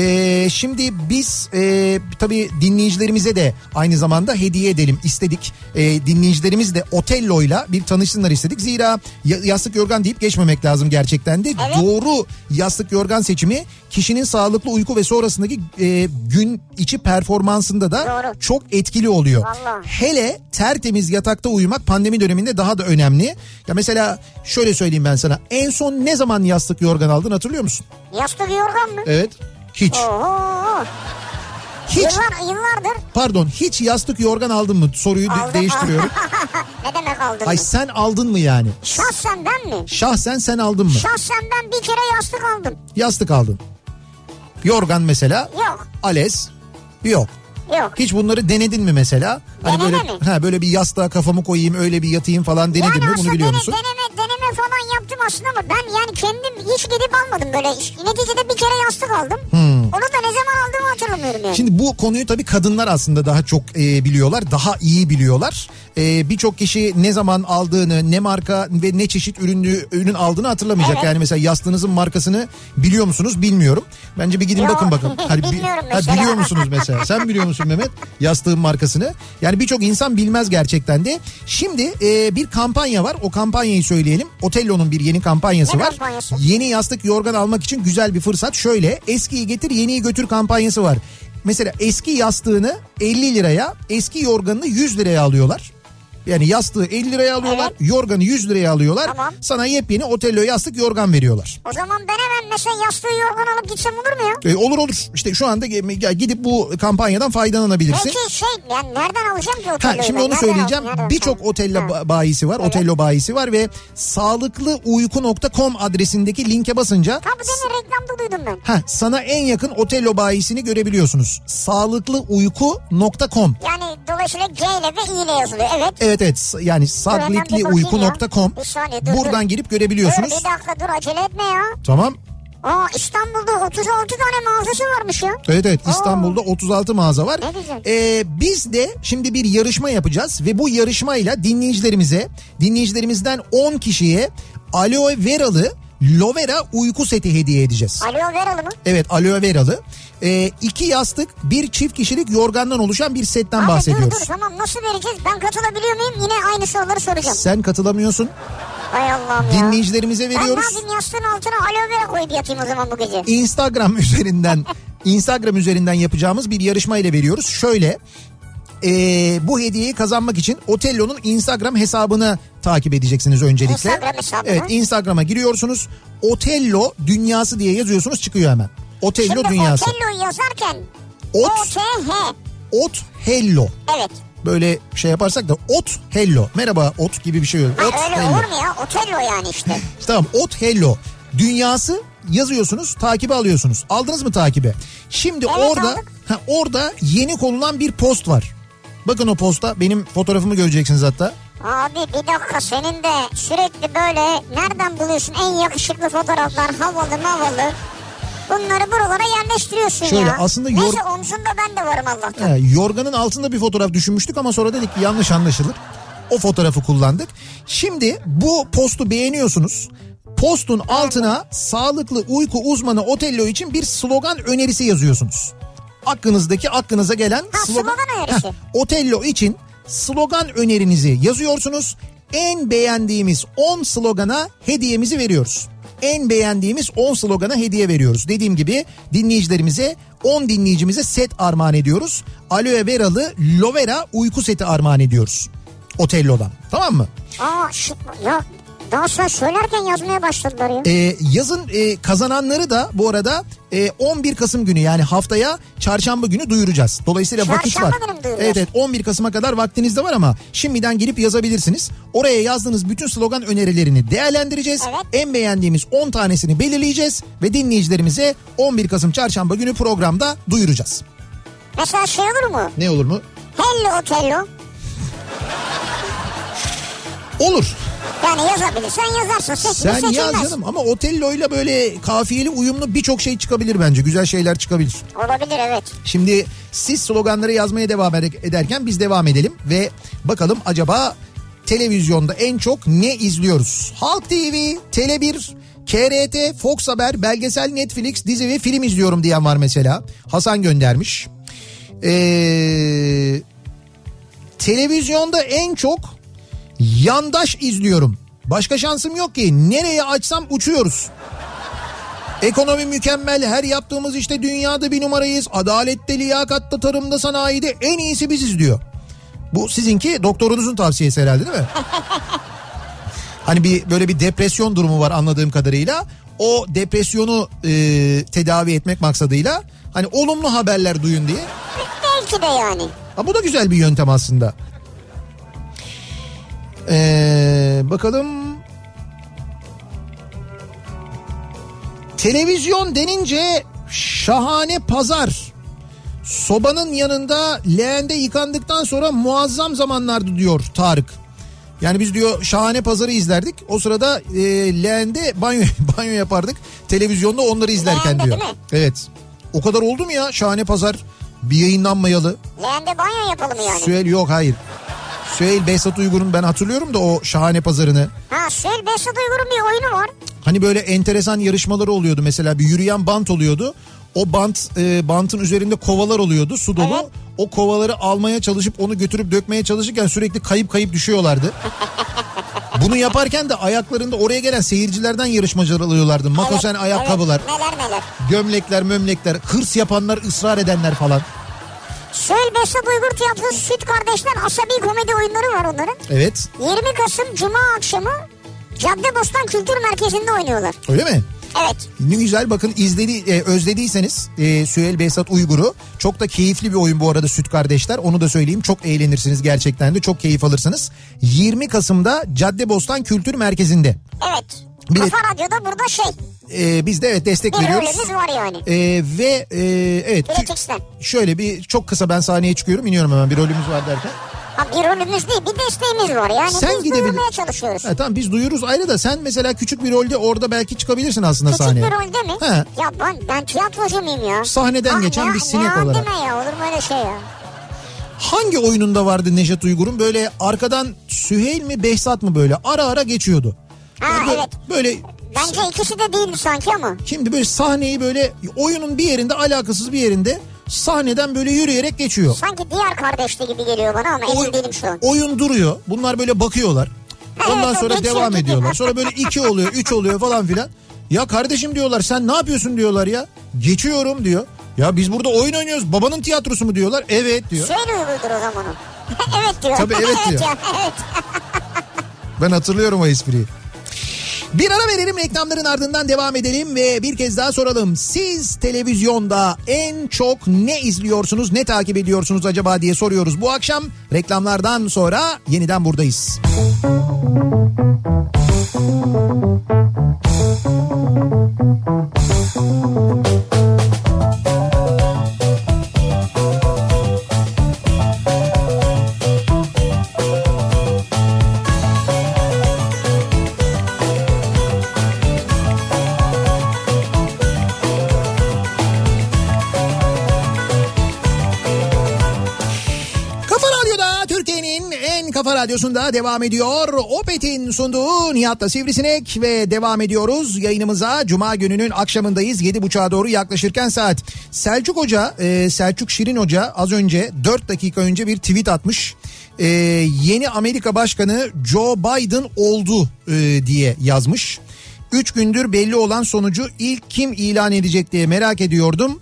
Şimdi biz tabii dinleyicilerimize de aynı zamanda hediye edelim istedik. Dinleyicilerimiz de Otello'yla bir tanışsınlar istedik. Zira yastık yorgan deyip geçmemek lazım gerçekten de. Evet. Doğru yastık yorgan seçimi kişinin sağlıklı uyku ve sonrasındaki gün içi performansında da çok etkili oluyor. Vallahi. Hele tertemiz yatakta uyumak pandemi döneminde daha da önemli. Ya mesela şöyle söyleyeyim ben sana. En son ne zaman yastık yorgan aldın hatırlıyor musun? Yastık yorgan mı? Evet. Hiç. Oho. Hiç. Yıllardır. Pardon, hiç yastık yorgan aldın mı? Soruyu değiştiriyorum. Ne demek aldın Ay mı? sen aldın mı yani? Şahsen ben mi? Şahsen sen aldın mı? Şahsen ben bir kere yastık aldım. Yastık aldın. Yorgan mesela? Yok. ALES? Yok. Yok. Hiç bunları denedin mi mesela? Hani deneme böyle, mi? Böyle bir yastığa kafamı koyayım öyle bir yatayım falan denedin mi? Bunu biliyor musun? Deneme falan yaptım aslında ama ben yani kendim hiç gidip almadım böyle. Neticede bir kere yastık aldım. Onu da ne zaman aldığımı hatırlamıyorum yani. Şimdi bu konuyu tabii kadınlar aslında daha çok biliyorlar. Daha iyi biliyorlar. Birçok kişi ne zaman aldığını, ne marka ve ne çeşit ürün aldığını hatırlamayacak. Evet. Yani mesela yastığınızın markasını biliyor musunuz bilmiyorum. Bence bir gidin bakın. Hani bilmiyorum mesela. Biliyor musunuz mesela? Sen biliyor musun Mehmet yastığın markasını? Yani birçok insan bilmez gerçekten de. Şimdi bir kampanya var. O kampanyayı söyleyelim. Otello'nun bir yeni kampanyası var. Kampanyası? Yeni yastık yorgan almak için güzel bir fırsat. Şöyle eskiyi getir yeniyi götür kampanyası var. Mesela eski yastığını 50 liraya, eski yorganını 100 liraya alıyorlar. Yani yastığı 50 liraya alıyorlar, evet. Yorganı 100 liraya alıyorlar. Tamam. Sana yepyeni Otello yastık yorgan veriyorlar. O zaman ben hemen mesela yastığı yorgan alıp gitsem olur mu ya? Olur. İşte şu anda gidip bu kampanyadan faydalanabilirsin. Peki yani nereden alacağım ki Otello'yu? Şimdi onu söyleyeceğim. Birçok Otello bayisi var, evet. Otello bayisi var ve sağlıklıuyku.com adresindeki linke basınca... Tabii demin reklamda duydum ben. Sana en yakın Otello bayisini görebiliyorsunuz. Sağlıklıuyku.com. Yani dolayısıyla G ile ve I ile yazılıyor, evet. Evet yani sağlıklıuyku.com. Buradan girip görebiliyorsunuz. Bir dakika dur acele etme ya. Tamam. İstanbul'da 36 tane mağazası varmış ya. Evet İstanbul'da 36 mağaza var. Ne güzel. Biz de şimdi bir yarışma yapacağız ve bu yarışmayla dinleyicilerimizden 10 kişiye aloe veralı Lovera uyku seti hediye edeceğiz. Aloe veralı mı? Evet aloe veralı. 2 yastık, bir çift kişilik yorgandan oluşan bir setten bahsediyoruz. Dur tamam, nasıl vereceğiz? Ben katılabiliyor muyum? Yine aynı soruları soracağım. Sen katılamıyorsun. Hay Allah'ım ya. Dinleyicilerimize veriyoruz. Ben ne yapayım, yastığın altına aloe vera koyup yatayım o zaman bu gece. Instagram üzerinden yapacağımız bir yarışma ile veriyoruz. Şöyle bu hediyeyi kazanmak için Otello'nun Instagram hesabını takip edeceksiniz öncelikle. Instagram hesabı. Evet, Instagram'a giriyorsunuz. Otello Dünyası diye yazıyorsunuz, çıkıyor hemen. Otello Şimdi Dünyası. Otello'yu yazarken O-T-H. Otello. Evet. Böyle şey yaparsak da Otello. Merhaba ot gibi bir şey olur. Öyle olur mu ya? Otello yani işte. Tamam, Otello Dünyası yazıyorsunuz, takibi alıyorsunuz. Aldınız mı takibi? Şimdi evet, orada yeni konulan bir post var. Bakın o posta, benim fotoğrafımı göreceksiniz hatta. Abi bir dakika, senin de sürekli böyle nereden buluyorsun en yakışıklı fotoğraflar, havalı mavalı. Bunları buralara yerleştiriyorsun. Şöyle, ya. Aslında neyse omzunda ben de varım Allah'tan. Yorganın altında bir fotoğraf düşünmüştük ama sonra dedik ki yanlış anlaşılır. O fotoğrafı kullandık. Şimdi bu postu beğeniyorsunuz. Postun altına sağlıklı uyku uzmanı Otello için bir slogan önerisi yazıyorsunuz. Aklınıza gelen slogan önerisi. Otello için slogan önerinizi yazıyorsunuz. En beğendiğimiz 10 slogana hediyemizi veriyoruz. En beğendiğimiz 10 slogana hediye veriyoruz. Dediğim gibi dinleyicilerimize, 10 dinleyicimize set armağan ediyoruz. Aloe veralı Lovera uyku seti armağan ediyoruz Otello'dan. Tamam mı? Ya Daha sonra söylerken yazmaya başladılar ya. Yazın kazananları da bu arada 11 Kasım günü yani haftaya çarşamba günü duyuracağız. Dolayısıyla vakit var. Çarşamba günü mü duyuracağız? Evet 11 Kasım'a kadar vaktiniz de var ama şimdiden girip yazabilirsiniz. Oraya yazdığınız bütün slogan önerilerini değerlendireceğiz. Evet. En beğendiğimiz 10 tanesini belirleyeceğiz ve dinleyicilerimize 11 Kasım çarşamba günü programda duyuracağız. Mesela şey olur mu? Ne olur mu? Hello Otello. Olur. Yani yazabilirsen yazarsın. Sen seçilmez. yaz canım ama Otello'yla böyle kafiyeli uyumlu birçok şey çıkabilir bence. Güzel şeyler çıkabilir. Olabilir evet. Şimdi siz sloganları yazmaya devam ederken biz devam edelim ve bakalım acaba televizyonda en çok ne izliyoruz? Halk TV, Tele1, KRT, Fox Haber, belgesel, Netflix, dizi ve film izliyorum diyen var mesela. Hasan göndermiş. Televizyonda en çok Yandaş izliyorum. Başka şansım yok ki. Nereye açsam uçuyoruz. Ekonomi mükemmel. Her yaptığımız işte dünyada bir numarayız. Adalette, liyakatta, tarımda, sanayide en iyisi biziz diyor. Bu sizinki doktorunuzun tavsiyesi herhalde değil mi? Hani böyle bir depresyon durumu var anladığım kadarıyla. O depresyonu tedavi etmek maksadıyla hani olumlu haberler duyun diye. Belki de yani. Ha, bu da güzel bir yöntem aslında. Bakalım. Televizyon denince Şahane Pazar. Sobanın yanında leğende yıkandıktan sonra muazzam zamanlardı diyor Tarık. Yani biz diyor Şahane Pazar'ı izlerdik. O sırada leğende banyo yapardık. Televizyonda onları izlerken leğende diyor. değil mi? Evet. O kadar oldu mu ya Şahane Pazar bir yayınlanmayalı? Leğende banyo yapalım yani. Süheyl yok hayır. Süheyl Behzat Uygur'un ben hatırlıyorum da o Şahane Pazar'ını. Ha Süheyl Behzat Uygur'un bir oyunu var. Hani böyle enteresan yarışmaları oluyordu mesela bir yürüyen bant oluyordu. O bantın üzerinde kovalar oluyordu su dolu. Evet. O kovaları almaya çalışıp onu götürüp dökmeye çalışırken sürekli kayıp düşüyorlardı. Bunu yaparken de ayaklarında oraya gelen seyircilerden yarışmacılar alıyorlardı. Makosen ayakkabılar, Neler. gömlekler, hırs yapanlar, ısrar edenler falan. Süheyl Behzat Uygur Tiyatrosu Süt Kardeşler asabi komedi oyunları var onların. Evet. 20 Kasım Cuma akşamı Caddebostan Kültür Merkezi'nde oynuyorlar. Öyle mi? Evet. Ne güzel bakın özlediyseniz Süheyl Behzat Uygur'u çok da keyifli bir oyun bu arada Süt Kardeşler onu da söyleyeyim çok eğlenirsiniz gerçekten de çok keyif alırsınız. 20 Kasım'da Caddebostan Kültür Merkezi'nde. Evet. Kafa Radyo'da burada biz de evet destek bir veriyoruz. rolümüz var yani. Evet Biletix'ten. şöyle bir çok kısa ben sahneye çıkıyorum iniyorum hemen bir rolümüz var derken. Ha bir rolümüz değil bir desteğimiz var yani Sen biz duyurmaya çalışıyoruz. Ha, tamam biz duyururuz ayrı da sen mesela küçük bir rolde orada belki çıkabilirsin aslında Küçük sahneye. bir rolde mi? He. Ya ben tiyatrocu muyum ya? Sahneden geçen bir sinek olarak. Ne ya olur mu öyle şey ya? Hangi oyununda vardı Nejat Uygur'un böyle arkadan Süheyl mi Behzat mı böyle ara ara geçiyordu. Ha evet. Böyle Bence ikisi de değildi sanki ama. şimdi böyle sahneyi böyle oyunun bir yerinde alakasız bir yerinde sahneden böyle yürüyerek geçiyor. Sanki diğer kardeşli gibi geliyor bana ama emin değilim şu an. Oyun duruyor. Bunlar böyle bakıyorlar. Ondan Evet, sonra geçiyor, devam gidiyor. ediyorlar. Sonra böyle 2 oluyor 3 oluyor falan filan. Ya kardeşim diyorlar sen ne yapıyorsun diyorlar ya. Geçiyorum diyor. Ya biz burada oyun oynuyoruz. Babanın tiyatrosu mu diyorlar. Evet diyor. Süheyl Uygur'dur o zaman o. Evet diyor. Tabii evet diyor. Ya, evet. Ben hatırlıyorum o espriyi. Bir ara verelim reklamların ardından devam edelim ve bir kez daha soralım. Siz televizyonda en çok ne izliyorsunuz, ne takip ediyorsunuz acaba diye soruyoruz. Bu akşam reklamlardan sonra yeniden buradayız. Kafa Radyosu'nda devam ediyor. Opet'in sunduğu Nihat'la Sivrisinek ve devam ediyoruz yayınımıza. Cuma gününün akşamındayız. 7.30'a doğru yaklaşırken saat. Selçuk Hoca, Selçuk Şirin Hoca az önce 4 dakika önce bir tweet atmış. Yeni Amerika Başkanı Joe Biden oldu diye yazmış. 3 gündür belli olan sonucu ilk kim ilan edecek diye merak ediyordum.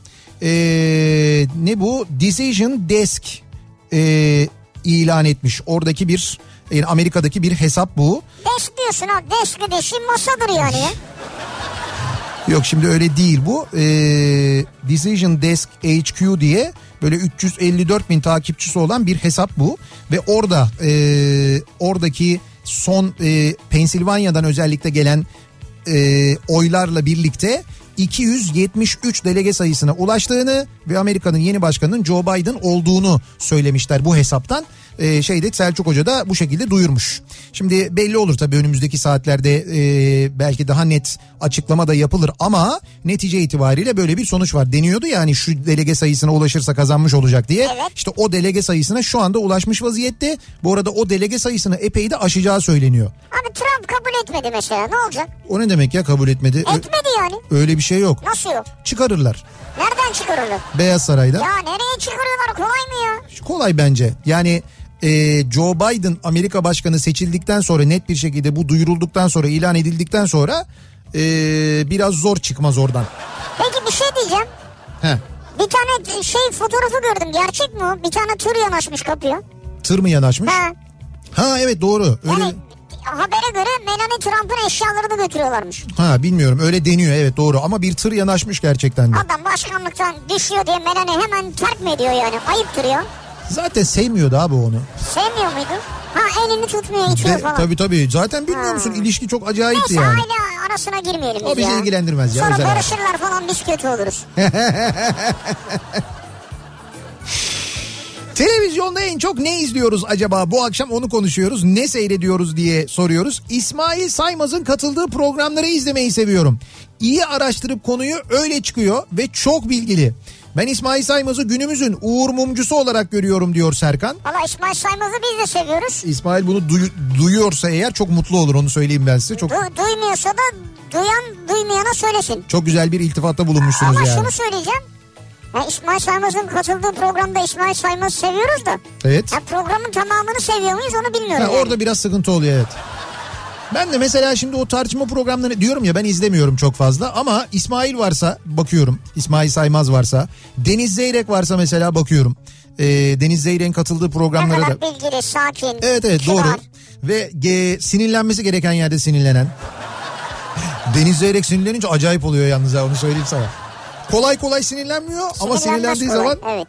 Ne bu? Decision Desk ilan etmiş. Oradaki bir Yani Amerika'daki bir hesap bu. Desk diyorsun ha. Desk dediğin masadır yani ya. Yok şimdi öyle değil bu. Decision Desk HQ diye böyle 354 bin takipçisi olan bir hesap bu. Ve orada oradaki son Pensilvanya'dan özellikle gelen oylarla birlikte 273 delege sayısına ulaştığını ve Amerika'nın yeni başkanının Joe Biden olduğunu söylemişler bu hesaptan. Selçuk Hoca da bu şekilde duyurmuş. Şimdi belli olur tabii önümüzdeki saatlerde belki daha net açıklama da yapılır ama netice itibariyle böyle bir sonuç var. Deniyordu ya hani şu delege sayısına ulaşırsa kazanmış olacak diye. Evet. İşte o delege sayısına şu anda ulaşmış vaziyette. Bu arada o delege sayısını epey de aşacağı söyleniyor. Abi Trump kabul etmedi mesela, ne olacak? O ne demek ya kabul etmedi? Etmedi yani. Öyle bir şey yok. Nasıl yok? Çıkarırlar. Nereden çıkarırlar? Beyaz Saray'da. Ya nereye çıkarıyorlar, kolay mı ya? Kolay bence. Yani Joe Biden Amerika başkanı seçildikten sonra, net bir şekilde bu duyurulduktan sonra, ilan edildikten sonra biraz zor çıkmaz oradan. Peki bir şey diyeceğim. He. Bir tane fotoğrafı gördüm, gerçek mi o? Bir tane tır yanaşmış kapıya. Tır mı yanaşmış? Ha. Ha evet doğru. Öyle... Yani habere göre Melania Trump'ın eşyalarını götürüyorlarmış. Ha bilmiyorum, öyle deniyor, evet doğru, ama bir tır yanaşmış gerçekten de. Adam başkanlıktan düşüyor diye Melania hemen terk mi ediyor yani? Ayıptır ya. Zaten sevmiyordu abi onu. Sevmiyor muydu? Ha, elini tutmuyor, içiyor falan. Tabii. Zaten bilmiyor musun? İlişki çok acayipti yani. yani. Neyse, aile arasına girmeyelim biz o bizi ya. ilgilendirmez ya. Sonra barışırlar falan, biz kötü oluruz. Televizyonda en çok ne izliyoruz acaba? Bu akşam onu konuşuyoruz. Ne seyrediyoruz diye soruyoruz. İsmail Saymaz'ın katıldığı programları izlemeyi seviyorum. İyi araştırıp konuyu öyle çıkıyor ve çok bilgili. Ben İsmail Saymaz'ı günümüzün Uğur Mumcusu olarak görüyorum diyor Serkan. Valla İsmail Saymaz'ı biz de seviyoruz. İsmail bunu duyuyorsa eğer çok mutlu olur, onu söyleyeyim ben size. Çok... Duymuyorsa da duyan duymayana söylesin. Çok güzel bir iltifatta bulunmuşsunuz ama yani. Ama şunu söyleyeceğim. Ya İsmail Saymaz'ın katıldığı programda İsmail Saymaz'ı seviyoruz da. Evet. Ya programın tamamını seviyor muyuz onu bilmiyorum. Yani. Orada biraz sıkıntı oluyor, evet. Ben de mesela şimdi o tartışma programlarını diyorum ya, ben izlemiyorum çok fazla ama İsmail varsa bakıyorum. İsmail Saymaz varsa, Deniz Zeyrek varsa mesela bakıyorum. Deniz Zeyrek'in katıldığı programlara da. Ne kadar bilgili, sakin. Evet doğru. Ve sinirlenmesi gereken yerde sinirlenen. Deniz Zeyrek sinirlenince acayip oluyor yalnız ya, onu söyleyeyim sana. Kolay kolay sinirlenmiyor ama sinirlendiği zaman. Evet.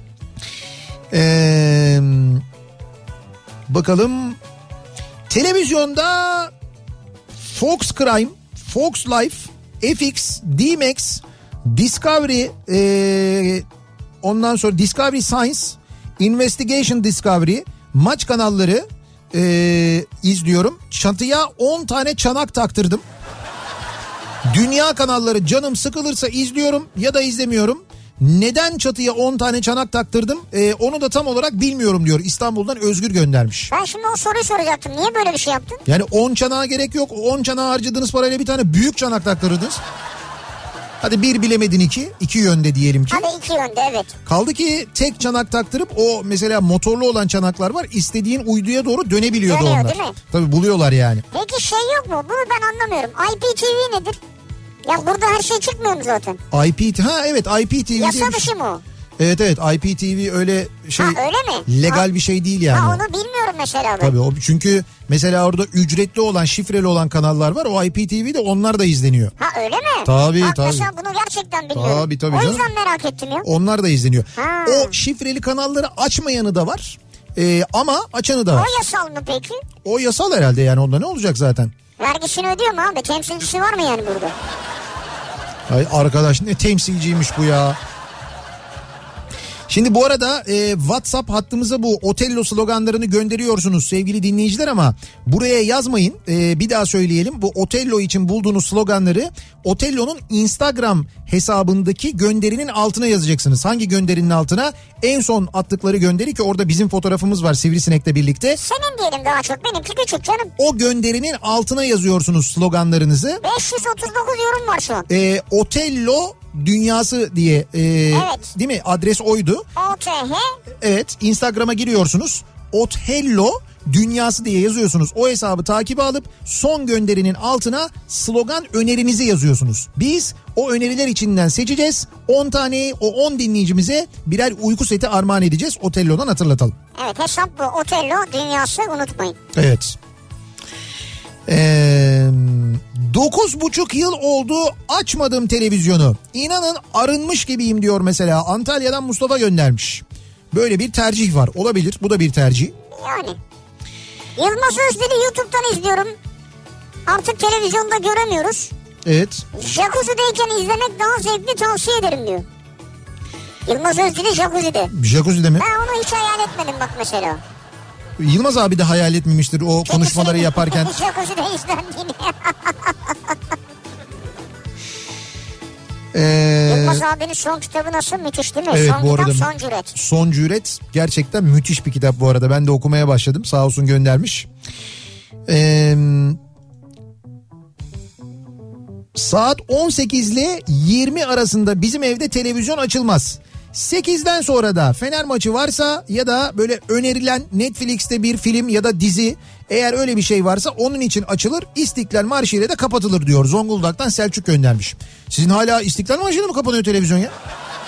Bakalım. Televizyonda Fox Crime, Fox Life, FX, D-Max, Discovery, ondan sonra Discovery Science, Investigation Discovery, maç kanalları izliyorum. Çatıya 10 tane çanak taktırdım. Dünya kanalları canım sıkılırsa izliyorum ya da izlemiyorum. Neden çatıya 10 tane çanak taktırdım onu da tam olarak bilmiyorum diyor. İstanbul'dan Özgür göndermiş. Ben şimdi o soruyu soracaktım. Niye böyle bir şey yaptın? Yani 10 çanağa gerek yok. 10 çanağa harcadığınız parayla bir tane büyük çanak taktırırdınız. Hadi bir bilemedin iki yönde diyelim ki. Hadi iki yönde, evet. Kaldı ki tek çanak taktırıp o mesela motorlu olan çanaklar var. İstediğin uyduya doğru dönebiliyordu Dönüyor, onlar. değil mi? Tabii buluyorlar yani. Peki yok mu? Bunu ben anlamıyorum. IPTV nedir? Ya burada her şey çıkmıyor mu zaten? IPTV. Yasa dışı mı o? Evet IPTV öyle şey. Ha, öyle mi? Legal bir şey değil yani. Ha, onu bilmiyorum mesela ben. Tabii çünkü mesela orada ücretli olan, şifreli olan kanallar var. O IPTV'de onlar da izleniyor. Ha, öyle mi? Tabii. Mesela bunu gerçekten bilmiyorum. Tabii o canım. yüzden merak ettim ya. Onlar da izleniyor. Ha. O şifreli kanalları açmayanı da var. Ama açanı da var. O yasal mı peki? O yasal herhalde, yani onda ne olacak zaten? Vergisini ödüyor mu abi? Temsilcisi var mı yani burada? Ay arkadaş, ne temsilciymiş bu ya. Şimdi bu arada WhatsApp hattımıza bu Otello sloganlarını gönderiyorsunuz sevgili dinleyiciler, ama buraya yazmayın. Bir daha söyleyelim, bu Otello için bulduğunuz sloganları Otello'nun Instagram hesabındaki gönderinin altına yazacaksınız. Hangi gönderinin altına? En son attıkları gönderi, ki orada bizim fotoğrafımız var Sivrisinek'le birlikte. Senin diyelim daha çok, benimki küçük canım. O gönderinin altına yazıyorsunuz sloganlarınızı. 539 yorum var şu an. Otello Dünyası diye evet. Değil mi? Adres oydu. OTH. Evet, Instagram'a giriyorsunuz. Otello Dünyası diye yazıyorsunuz. O hesabı takibe alıp son gönderinin altına slogan önerinizi yazıyorsunuz. Biz o öneriler içinden seçeceğiz. 10 taneyi o 10 dinleyicimize birer uyku seti armağan edeceğiz. Otello'dan hatırlatalım. Evet, hesap bu. Otello Dünyası, unutmayın. Evet. 9,5 yıl oldu açmadım televizyonu. İnanın arınmış gibiyim diyor mesela. Antalya'dan Mustafa göndermiş. Böyle bir tercih var. Olabilir. Bu da bir tercih. Yani. Yılmaz Özdil'i YouTube'dan izliyorum. Artık televizyonda göremiyoruz. Evet. Jacuzzi'deyken izlemek daha zevkli, tavsiye ederim diyor. Yılmaz Özdil'i Jacuzzi'de. Jacuzzi'de mi? Ben onu hiç hayal etmedim bak mesela. Yılmaz abi de hayal etmemiştir o konuşmaları yaparken. Jacuzzi'de izlendiğini. Yılmaz abinin son kitabı nasıl, müthiş değil mi? Evet, son bu kitap arada Son Cüret. Son Cüret gerçekten müthiş bir kitap bu arada. Ben de okumaya başladım. Sağ olsun göndermiş. Saat 18 ile 20 arasında bizim evde televizyon açılmaz. 8'den sonra da Fener maçı varsa ya da böyle önerilen Netflix'te bir film ya da dizi, eğer öyle bir şey varsa onun için açılır. İstiklal Marşı ile de kapatılır diyor. Zonguldak'tan Selçuk göndermiş. Sizin hala İstiklal Marşı ile mi kapanıyor televizyon ya?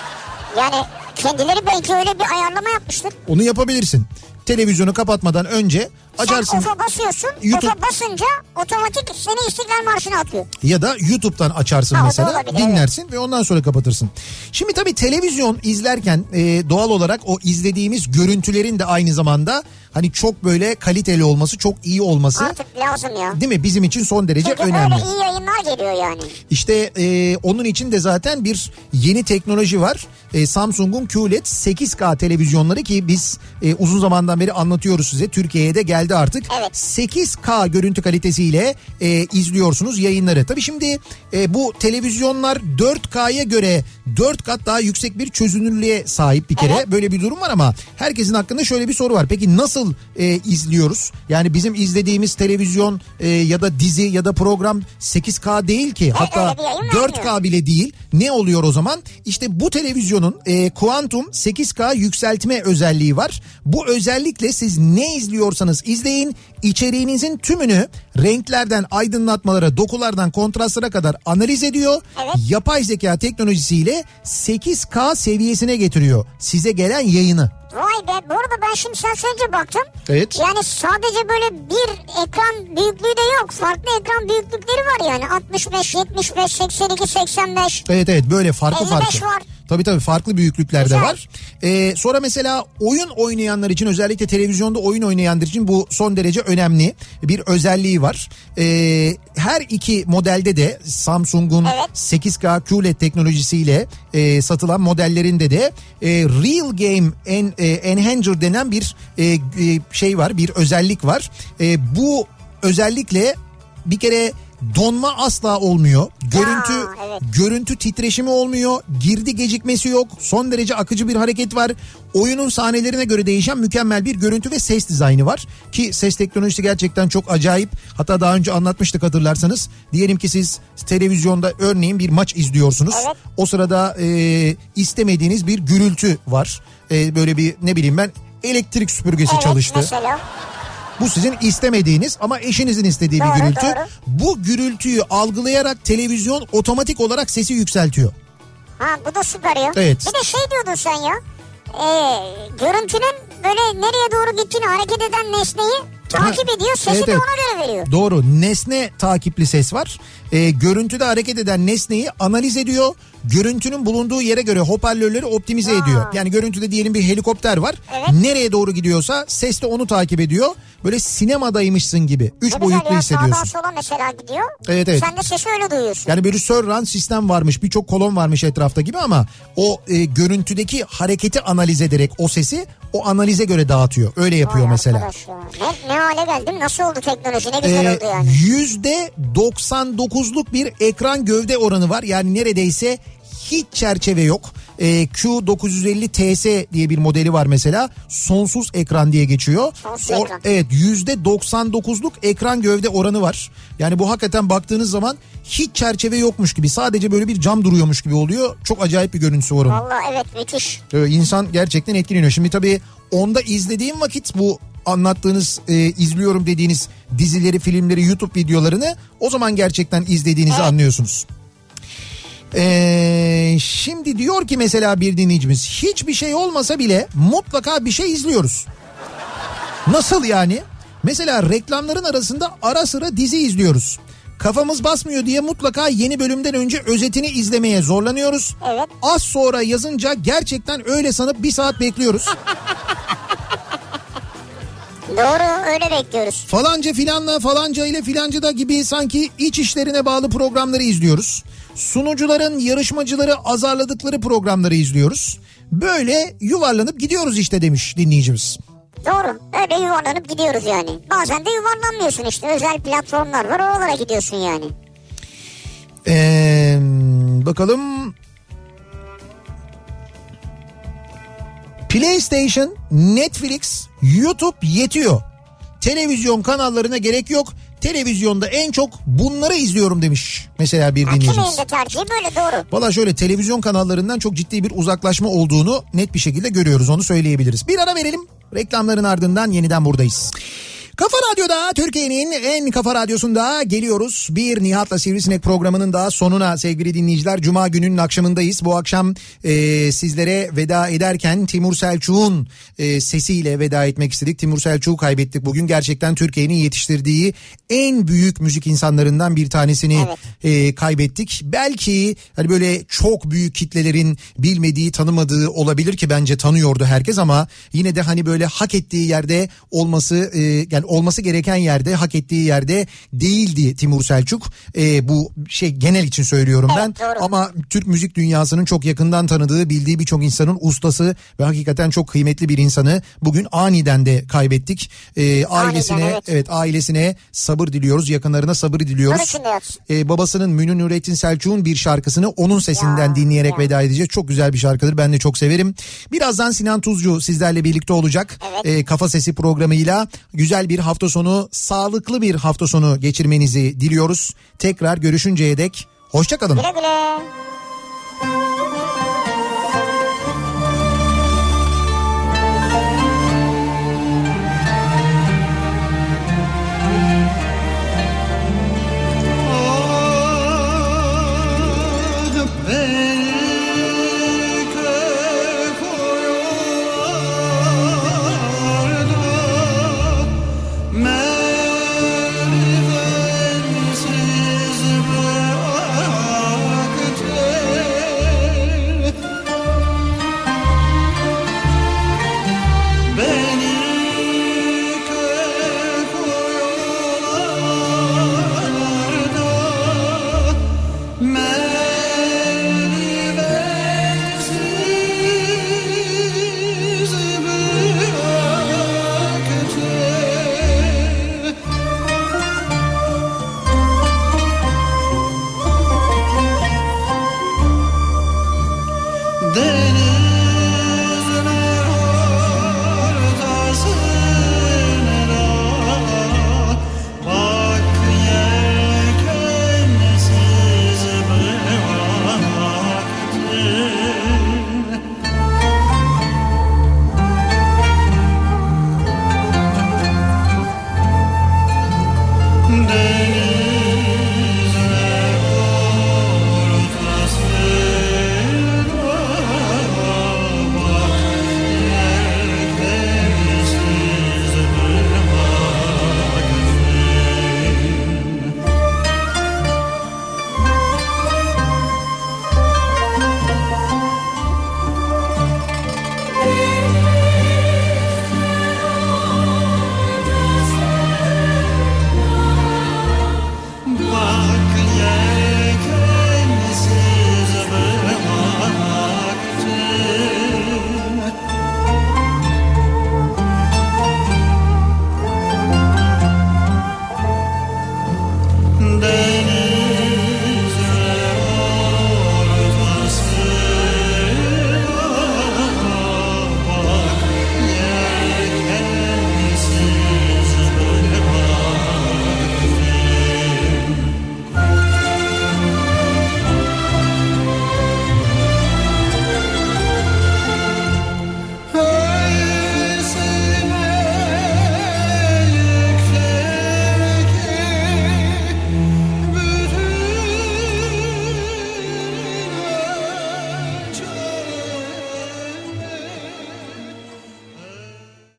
Yani kendileri belki öyle bir ayarlama yapmıştır. Onu yapabilirsin. Televizyonu kapatmadan önce açarsın. Sen ofa basıyorsun. YouTube... Ofa basınca otomatik seni İstiklal Marşı'na atıyor. Ya da YouTube'dan açarsın mesela, dinlersin evet. Ve ondan sonra kapatırsın. Şimdi tabii televizyon izlerken doğal olarak o izlediğimiz görüntülerin de aynı zamanda hani çok böyle kaliteli olması, çok iyi olması. Artık lazım ya. Değil mi? Bizim için son derece çünkü önemli. Çünkü öyle iyi yayınlar geliyor yani. İşte onun için de zaten bir yeni teknoloji var. Samsung'un QLED 8K televizyonları ki biz uzun zamandan beri anlatıyoruz size. Türkiye'ye de geldi artık. Evet. 8K görüntü kalitesiyle izliyorsunuz yayınları. Tabii şimdi bu televizyonlar 4K'ya göre 4 kat daha yüksek bir çözünürlüğe sahip bir kere. Evet. Böyle bir durum var ama herkesin hakkında şöyle bir soru var. Peki nasıl izliyoruz? Yani bizim izlediğimiz televizyon ya da dizi ya da program 8K değil ki. Hatta 4K bile değil. Ne oluyor o zaman? İşte bu televizyonun Quantum 8K yükseltme özelliği var. Bu özellikle siz ne izliyorsanız izleyin, içeriğinizin tümünü renklerden aydınlatmalara, dokulardan kontrastlara kadar analiz ediyor. Evet. Yapay zeka teknolojisiyle 8K seviyesine getiriyor size gelen yayını. Vay be, bu arada ben şimdi sen söyleyince baktım. Evet. Yani sadece böyle bir ekran büyüklüğü de yok. Farklı ekran büyüklükleri var yani. 65, 75, 82, 85. Evet böyle farklı 55 farklı. var. Tabii farklı büyüklüklerde var. Sonra mesela oyun oynayanlar için, özellikle televizyonda oyun oynayanlar için bu son derece önemli bir özelliği var. Her iki modelde de Samsung'un 8K QLED teknolojisiyle satılan modellerinde de Real Game Enhancer denen bir şey var, bir özellik var. Bu özellikle bir kere donma asla olmuyor. Görüntü titreşimi olmuyor. Girdi gecikmesi yok. Son derece akıcı bir hareket var. Oyunun sahnelerine göre değişen mükemmel bir görüntü ve ses dizaynı var. Ki ses teknolojisi gerçekten çok acayip. Hatta daha önce anlatmıştık hatırlarsanız. Diyelim ki siz televizyonda örneğin bir maç izliyorsunuz. Evet. O sırada istemediğiniz bir gürültü var. Böyle bir ne bileyim ben elektrik süpürgesi çalıştı. Mesela. Bu sizin istemediğiniz ama eşinizin istediği bir gürültü. Doğru. Bu gürültüyü algılayarak televizyon otomatik olarak sesi yükseltiyor. Ha, bu da süper ya. Evet. Bir de şey diyordun sen ya. Görüntünün böyle nereye doğru gittiğini, hareket eden nesneyi takip ediyor. Sesi de ona göre veriyor. Doğru. Nesne takipli ses var. Görüntüde hareket eden nesneyi analiz ediyor. Görüntünün bulunduğu yere göre hoparlörleri optimize ediyor. Yani görüntüde diyelim bir helikopter var. Evet. Nereye doğru gidiyorsa ses de onu takip ediyor. Böyle sinemadaymışsın gibi. 3 boyutlu hissediyorsun. Sağdan sola mesela gidiyor. Evet. Sen de sesi öyle duyuyorsun. Yani böyle surround sistem varmış. Birçok kolon varmış etrafta gibi ama o görüntüdeki hareketi analiz ederek o sesi o analize göre dağıtıyor. Öyle yapıyor mesela. Ne hale geldim? Nasıl oldu teknoloji? Ne güzel oldu yani. %99'luk bir ekran gövde oranı var. Yani neredeyse hiç çerçeve yok. Q950 TS diye bir modeli var mesela. Sonsuz ekran diye geçiyor. Ekran. Evet, %99'luk ekran gövde oranı var. Yani bu hakikaten baktığınız zaman hiç çerçeve yokmuş gibi, sadece böyle bir cam duruyormuş gibi oluyor. Çok acayip bir görüntüsü var onun. Vallahi evet, müthiş. İnsan gerçekten etkileniyor. Şimdi tabii onda izlediğim vakit bu anlattığınız, izliyorum dediğiniz dizileri, filmleri, YouTube videolarını, o zaman gerçekten izlediğinizi anlıyorsunuz. Şimdi diyor ki mesela bir dinleyicimiz, hiçbir şey olmasa bile mutlaka bir şey izliyoruz. Nasıl yani? Mesela reklamların arasında ara sıra dizi izliyoruz. Kafamız basmıyor diye mutlaka yeni bölümden önce özetini izlemeye zorlanıyoruz. Evet. Az sonra yazınca gerçekten öyle sanıp bir saat bekliyoruz. Doğru, öyle bekliyoruz. Falanca filanla, falanca ile filanca da gibi sanki iç işlerine bağlı programları izliyoruz. Sunucuların, yarışmacıları azarladıkları programları izliyoruz. Böyle yuvarlanıp gidiyoruz işte demiş dinleyicimiz. Doğru, öyle yuvarlanıp gidiyoruz yani. Bazen de yuvarlanmıyorsun işte, özel platformlar var, oralara gidiyorsun yani. Bakalım. PlayStation, Netflix, YouTube yetiyor. Televizyon kanallarına gerek yok. Televizyonda en çok bunları izliyorum demiş mesela bir dinleyicimiz. Kimin de tercihi böyle, doğru. Valla şöyle, televizyon kanallarından çok ciddi bir uzaklaşma olduğunu net bir şekilde görüyoruz, onu söyleyebiliriz. Bir ara verelim, reklamların ardından yeniden buradayız. Kafa Radyo'da, Türkiye'nin en kafa radyosunda geliyoruz. Bir Nihat'la Sivrisinek programının daha sonuna sevgili dinleyiciler. Cuma gününün akşamındayız. Bu akşam sizlere veda ederken Timur Selçuk'un sesiyle veda etmek istedik. Timur Selçuk'u kaybettik bugün. Gerçekten Türkiye'nin yetiştirdiği en büyük müzik insanlarından bir tanesini kaybettik. Belki hani böyle çok büyük kitlelerin bilmediği, tanımadığı olabilir ki bence tanıyordu herkes, ama yine de hani böyle hak ettiği yerde olması, yani olması gereken yerde, hak ettiği yerde değildi Timur Selçuk. Bu şey genel için söylüyorum ben. Doğru. Ama Türk müzik dünyasının çok yakından tanıdığı, bildiği birçok insanın ustası ve hakikaten çok kıymetli bir insanı bugün aniden de kaybettik. Ailesine, ailesine sabır diliyoruz, yakınlarına sabır diliyoruz. Babasının Münir Nurettin Selçuk'un bir şarkısını onun sesinden dinleyerek veda edeceğiz. Çok güzel bir şarkıdır, ben de çok severim. Birazdan Sinan Tuzcu sizlerle birlikte olacak. Kafa Sesi programıyla güzel bir hafta sonu, sağlıklı bir hafta sonu geçirmenizi diliyoruz. Tekrar görüşünceye dek hoşça kalın. Güle güle.